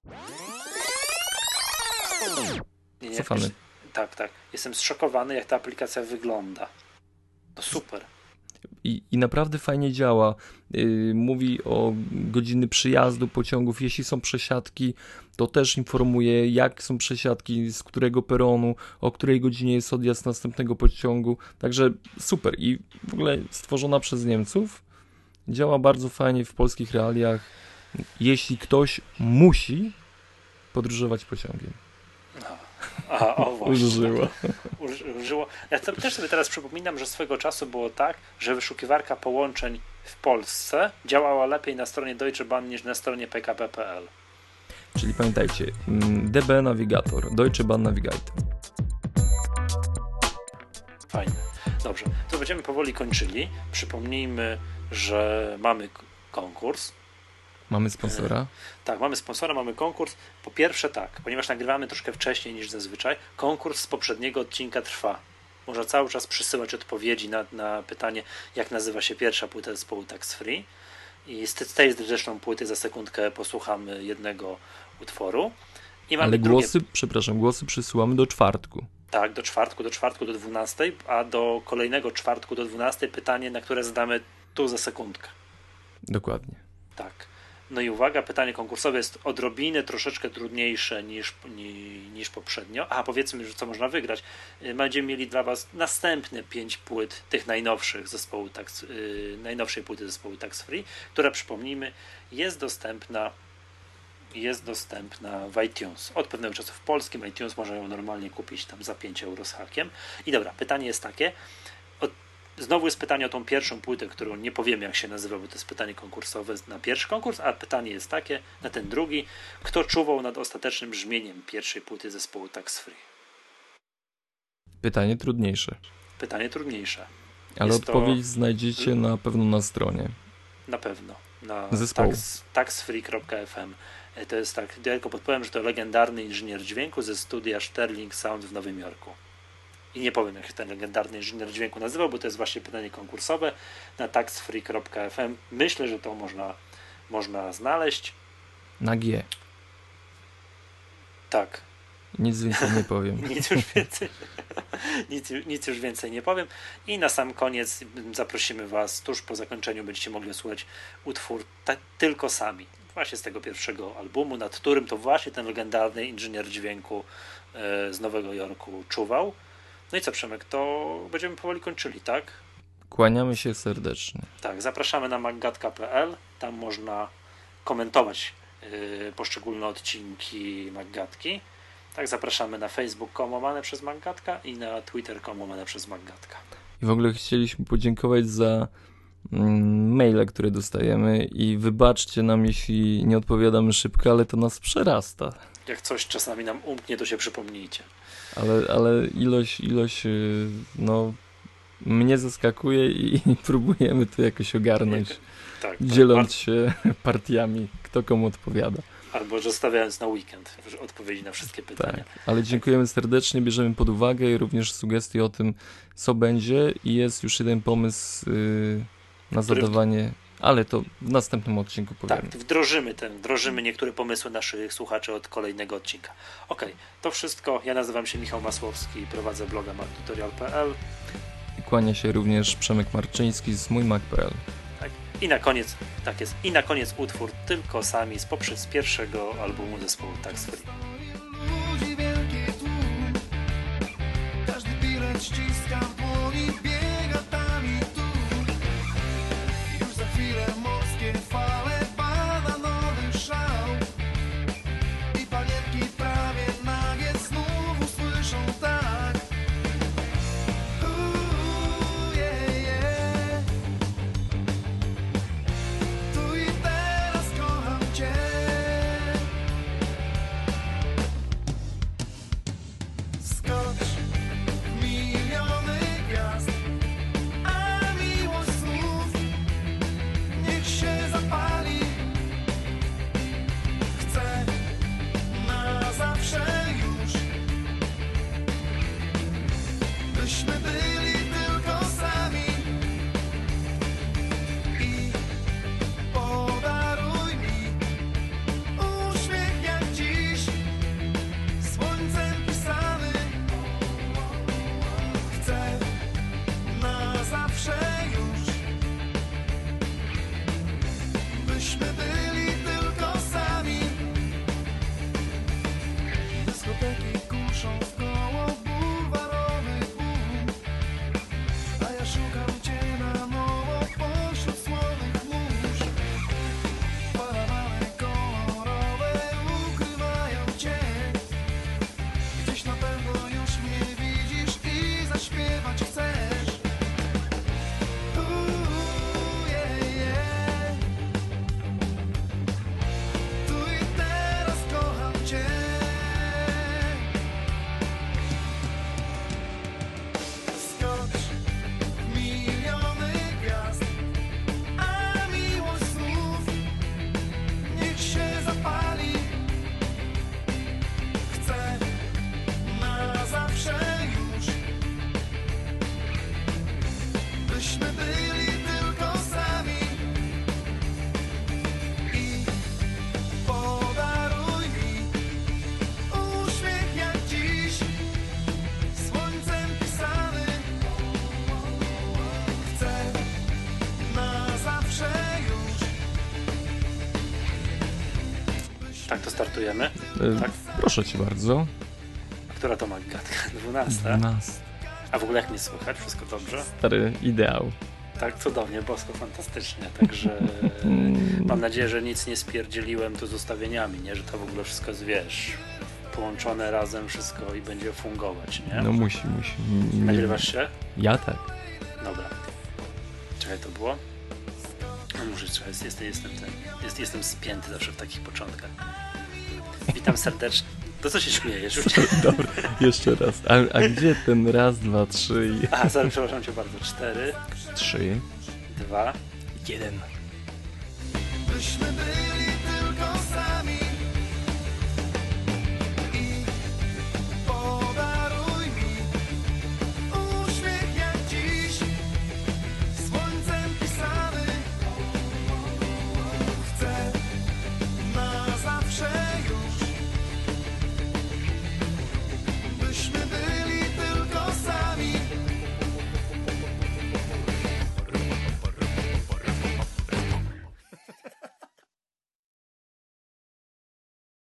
Cofamy. Tak. Jestem zszokowany, jak ta aplikacja wygląda. No super. I naprawdę fajnie działa. Mówi o godziny przyjazdu pociągów. Jeśli są przesiadki, to też informuje, jak są przesiadki, z którego peronu, o której godzinie jest odjazd następnego pociągu. Także super. I w ogóle stworzona przez Niemców. Działa bardzo fajnie w polskich realiach, jeśli ktoś musi podróżować pociągiem. Aha, o właśnie. Użyło. Ja też sobie teraz przypominam, że swego czasu było tak, że wyszukiwarka połączeń w Polsce działała lepiej na stronie Deutsche Bahn niż na stronie PKP.pl. Czyli pamiętajcie, DB Navigator, Deutsche Bahn Navigator. Fajne. Dobrze, to będziemy powoli kończyli. Przypomnijmy, że mamy konkurs. Mamy sponsora? Tak, mamy sponsora, mamy konkurs. Po pierwsze tak, ponieważ nagrywamy troszkę wcześniej niż zazwyczaj, konkurs z poprzedniego odcinka trwa. Można cały czas przysyłać odpowiedzi na pytanie, jak nazywa się pierwsza płyta zespołu Tax Free. I z tej zresztą płyty za sekundkę posłuchamy jednego utworu. I mamy głosy przysyłamy do czwartku. Tak, do czwartku do 12, a do kolejnego czwartku do 12 pytanie, na które zadamy tu za sekundkę. Dokładnie. Tak. No i uwaga, pytanie konkursowe jest odrobinę troszeczkę trudniejsze niż poprzednio. A powiedzmy, że co można wygrać. Będziemy mieli dla Was następne 5 płyt tych najnowszych najnowszej płyty zespołu Tax Free, która, przypomnijmy, jest dostępna w iTunes. Od pewnego czasu w polskim iTunes można ją normalnie kupić tam za 5 euro z hakiem. I dobra, pytanie jest takie. Znowu jest pytanie o tą pierwszą płytę, którą nie powiemy, jak się nazywa, bo to jest pytanie konkursowe na pierwszy konkurs, a pytanie jest takie na ten drugi. Kto czuwał nad ostatecznym brzmieniem pierwszej płyty zespołu Tax Free? Pytanie trudniejsze. Ale odpowiedź znajdziecie na pewno na stronie. Na pewno. Na zespołu. taxfree.fm. To jest tak, ja tylko podpowiem, że to legendarny inżynier dźwięku ze studia Sterling Sound w Nowym Jorku. I nie powiem, jak się ten legendarny inżynier dźwięku nazywał, bo to jest właśnie pytanie konkursowe na taxfree.fm. Myślę, że to można znaleźć. Na G. Tak. Nic więcej nie powiem. Nic już więcej nie powiem. I na sam koniec zaprosimy Was, tuż po zakończeniu będziecie mogli słuchać utwór Tylko Sami. Właśnie z tego pierwszego albumu, nad którym to właśnie ten legendarny inżynier dźwięku z Nowego Jorku czuwał. No i co, Przemek, to będziemy powoli kończyli, tak? Kłaniamy się serdecznie. Tak, zapraszamy na maggatka.pl. Tam można komentować poszczególne odcinki Maggatki. Tak, zapraszamy na Facebook.com przez Maggatka i na Twitter.com przez Maggatka. I w ogóle chcieliśmy podziękować za maile, które dostajemy i wybaczcie nam, jeśli nie odpowiadamy szybko, ale to nas przerasta. Jak coś czasami nam umknie, to się przypomnijcie. Ale ilość no mnie zaskakuje i próbujemy to jakoś ogarnąć, tak, dzieląc się partiami, kto komu odpowiada. Albo zostawiając na weekend odpowiedzi na wszystkie pytania. Tak, ale dziękujemy serdecznie, bierzemy pod uwagę i również sugestie o tym, co będzie i jest już jeden pomysł na zadawanie, ale to w następnym odcinku powiemy. Tak, wdrożymy niektóre pomysły naszych słuchaczy od kolejnego odcinka. Okej, to wszystko. Ja nazywam się Michał Masłowski i prowadzę bloga mactutorial.pl. I kłania się również Przemek Marczyński z mójmac.pl. Tak. I na koniec, tak jest, i na koniec utwór Tylko Sami z pierwszego albumu zespołu Tax Free. Ludzi wielki tłum, każdy bilet ściska w dłoni, biega tam i tu. Już za chwilę morskie fale, pada nowy szał. I panienki prawie nagie znów usłyszą tak. Yeah, yeah. Tu i teraz kocham cię. Skocz w miliony gwiazd, a miłość znów niech się zapali. Chcę na zawsze już, byśmy byli tylko sami. I podaruj mi uśmiech jak dziś, słońcem pisany. Chcę na zawsze już, byśmy byli tylko sami. Dyskoteki kuszą wkoło bulwarowy boom, a ja szukam cię na nowo pośród słonych mórz. Parawany kolorowe ukrywają cię, gdzieś na pewno już mnie widzisz i zaśpiewać chcesz. Yeah, yeah. Tu i teraz kocham cię. Skocz w miliony gwiazd, a miłość znów niech się zapali. Chcę na zawsze już, byśmy byli tylko sami. I podaruj mi uśmiech jak dziś, słońcem pisany. Chcę na zawsze już. Tak, to startujemy. Tak. Proszę cię bardzo. Która to Maggatka? 12. 12. A w ogóle jak mnie słychać? Wszystko dobrze? Stary ideał. Tak, cudownie, bosko, fantastycznie. Także mam nadzieję, że nic nie spierdzieliłem tu z ustawieniami, nie? Że to w ogóle wszystko jest, wiesz, połączone razem wszystko i będzie fungować, nie? No musi. Nagrywasz się? Ja tak. Dobra. Czekaj, to było? No muszę, czekaj, jestem spięty zawsze w takich początkach. Witam serdecznie. To co się śmiejesz? Już Dobra, jeszcze raz. A gdzie ten raz, 2, 3 i... Aha, sorry, przepraszam cię bardzo. 4, 3, 2, 1. Byśmy byli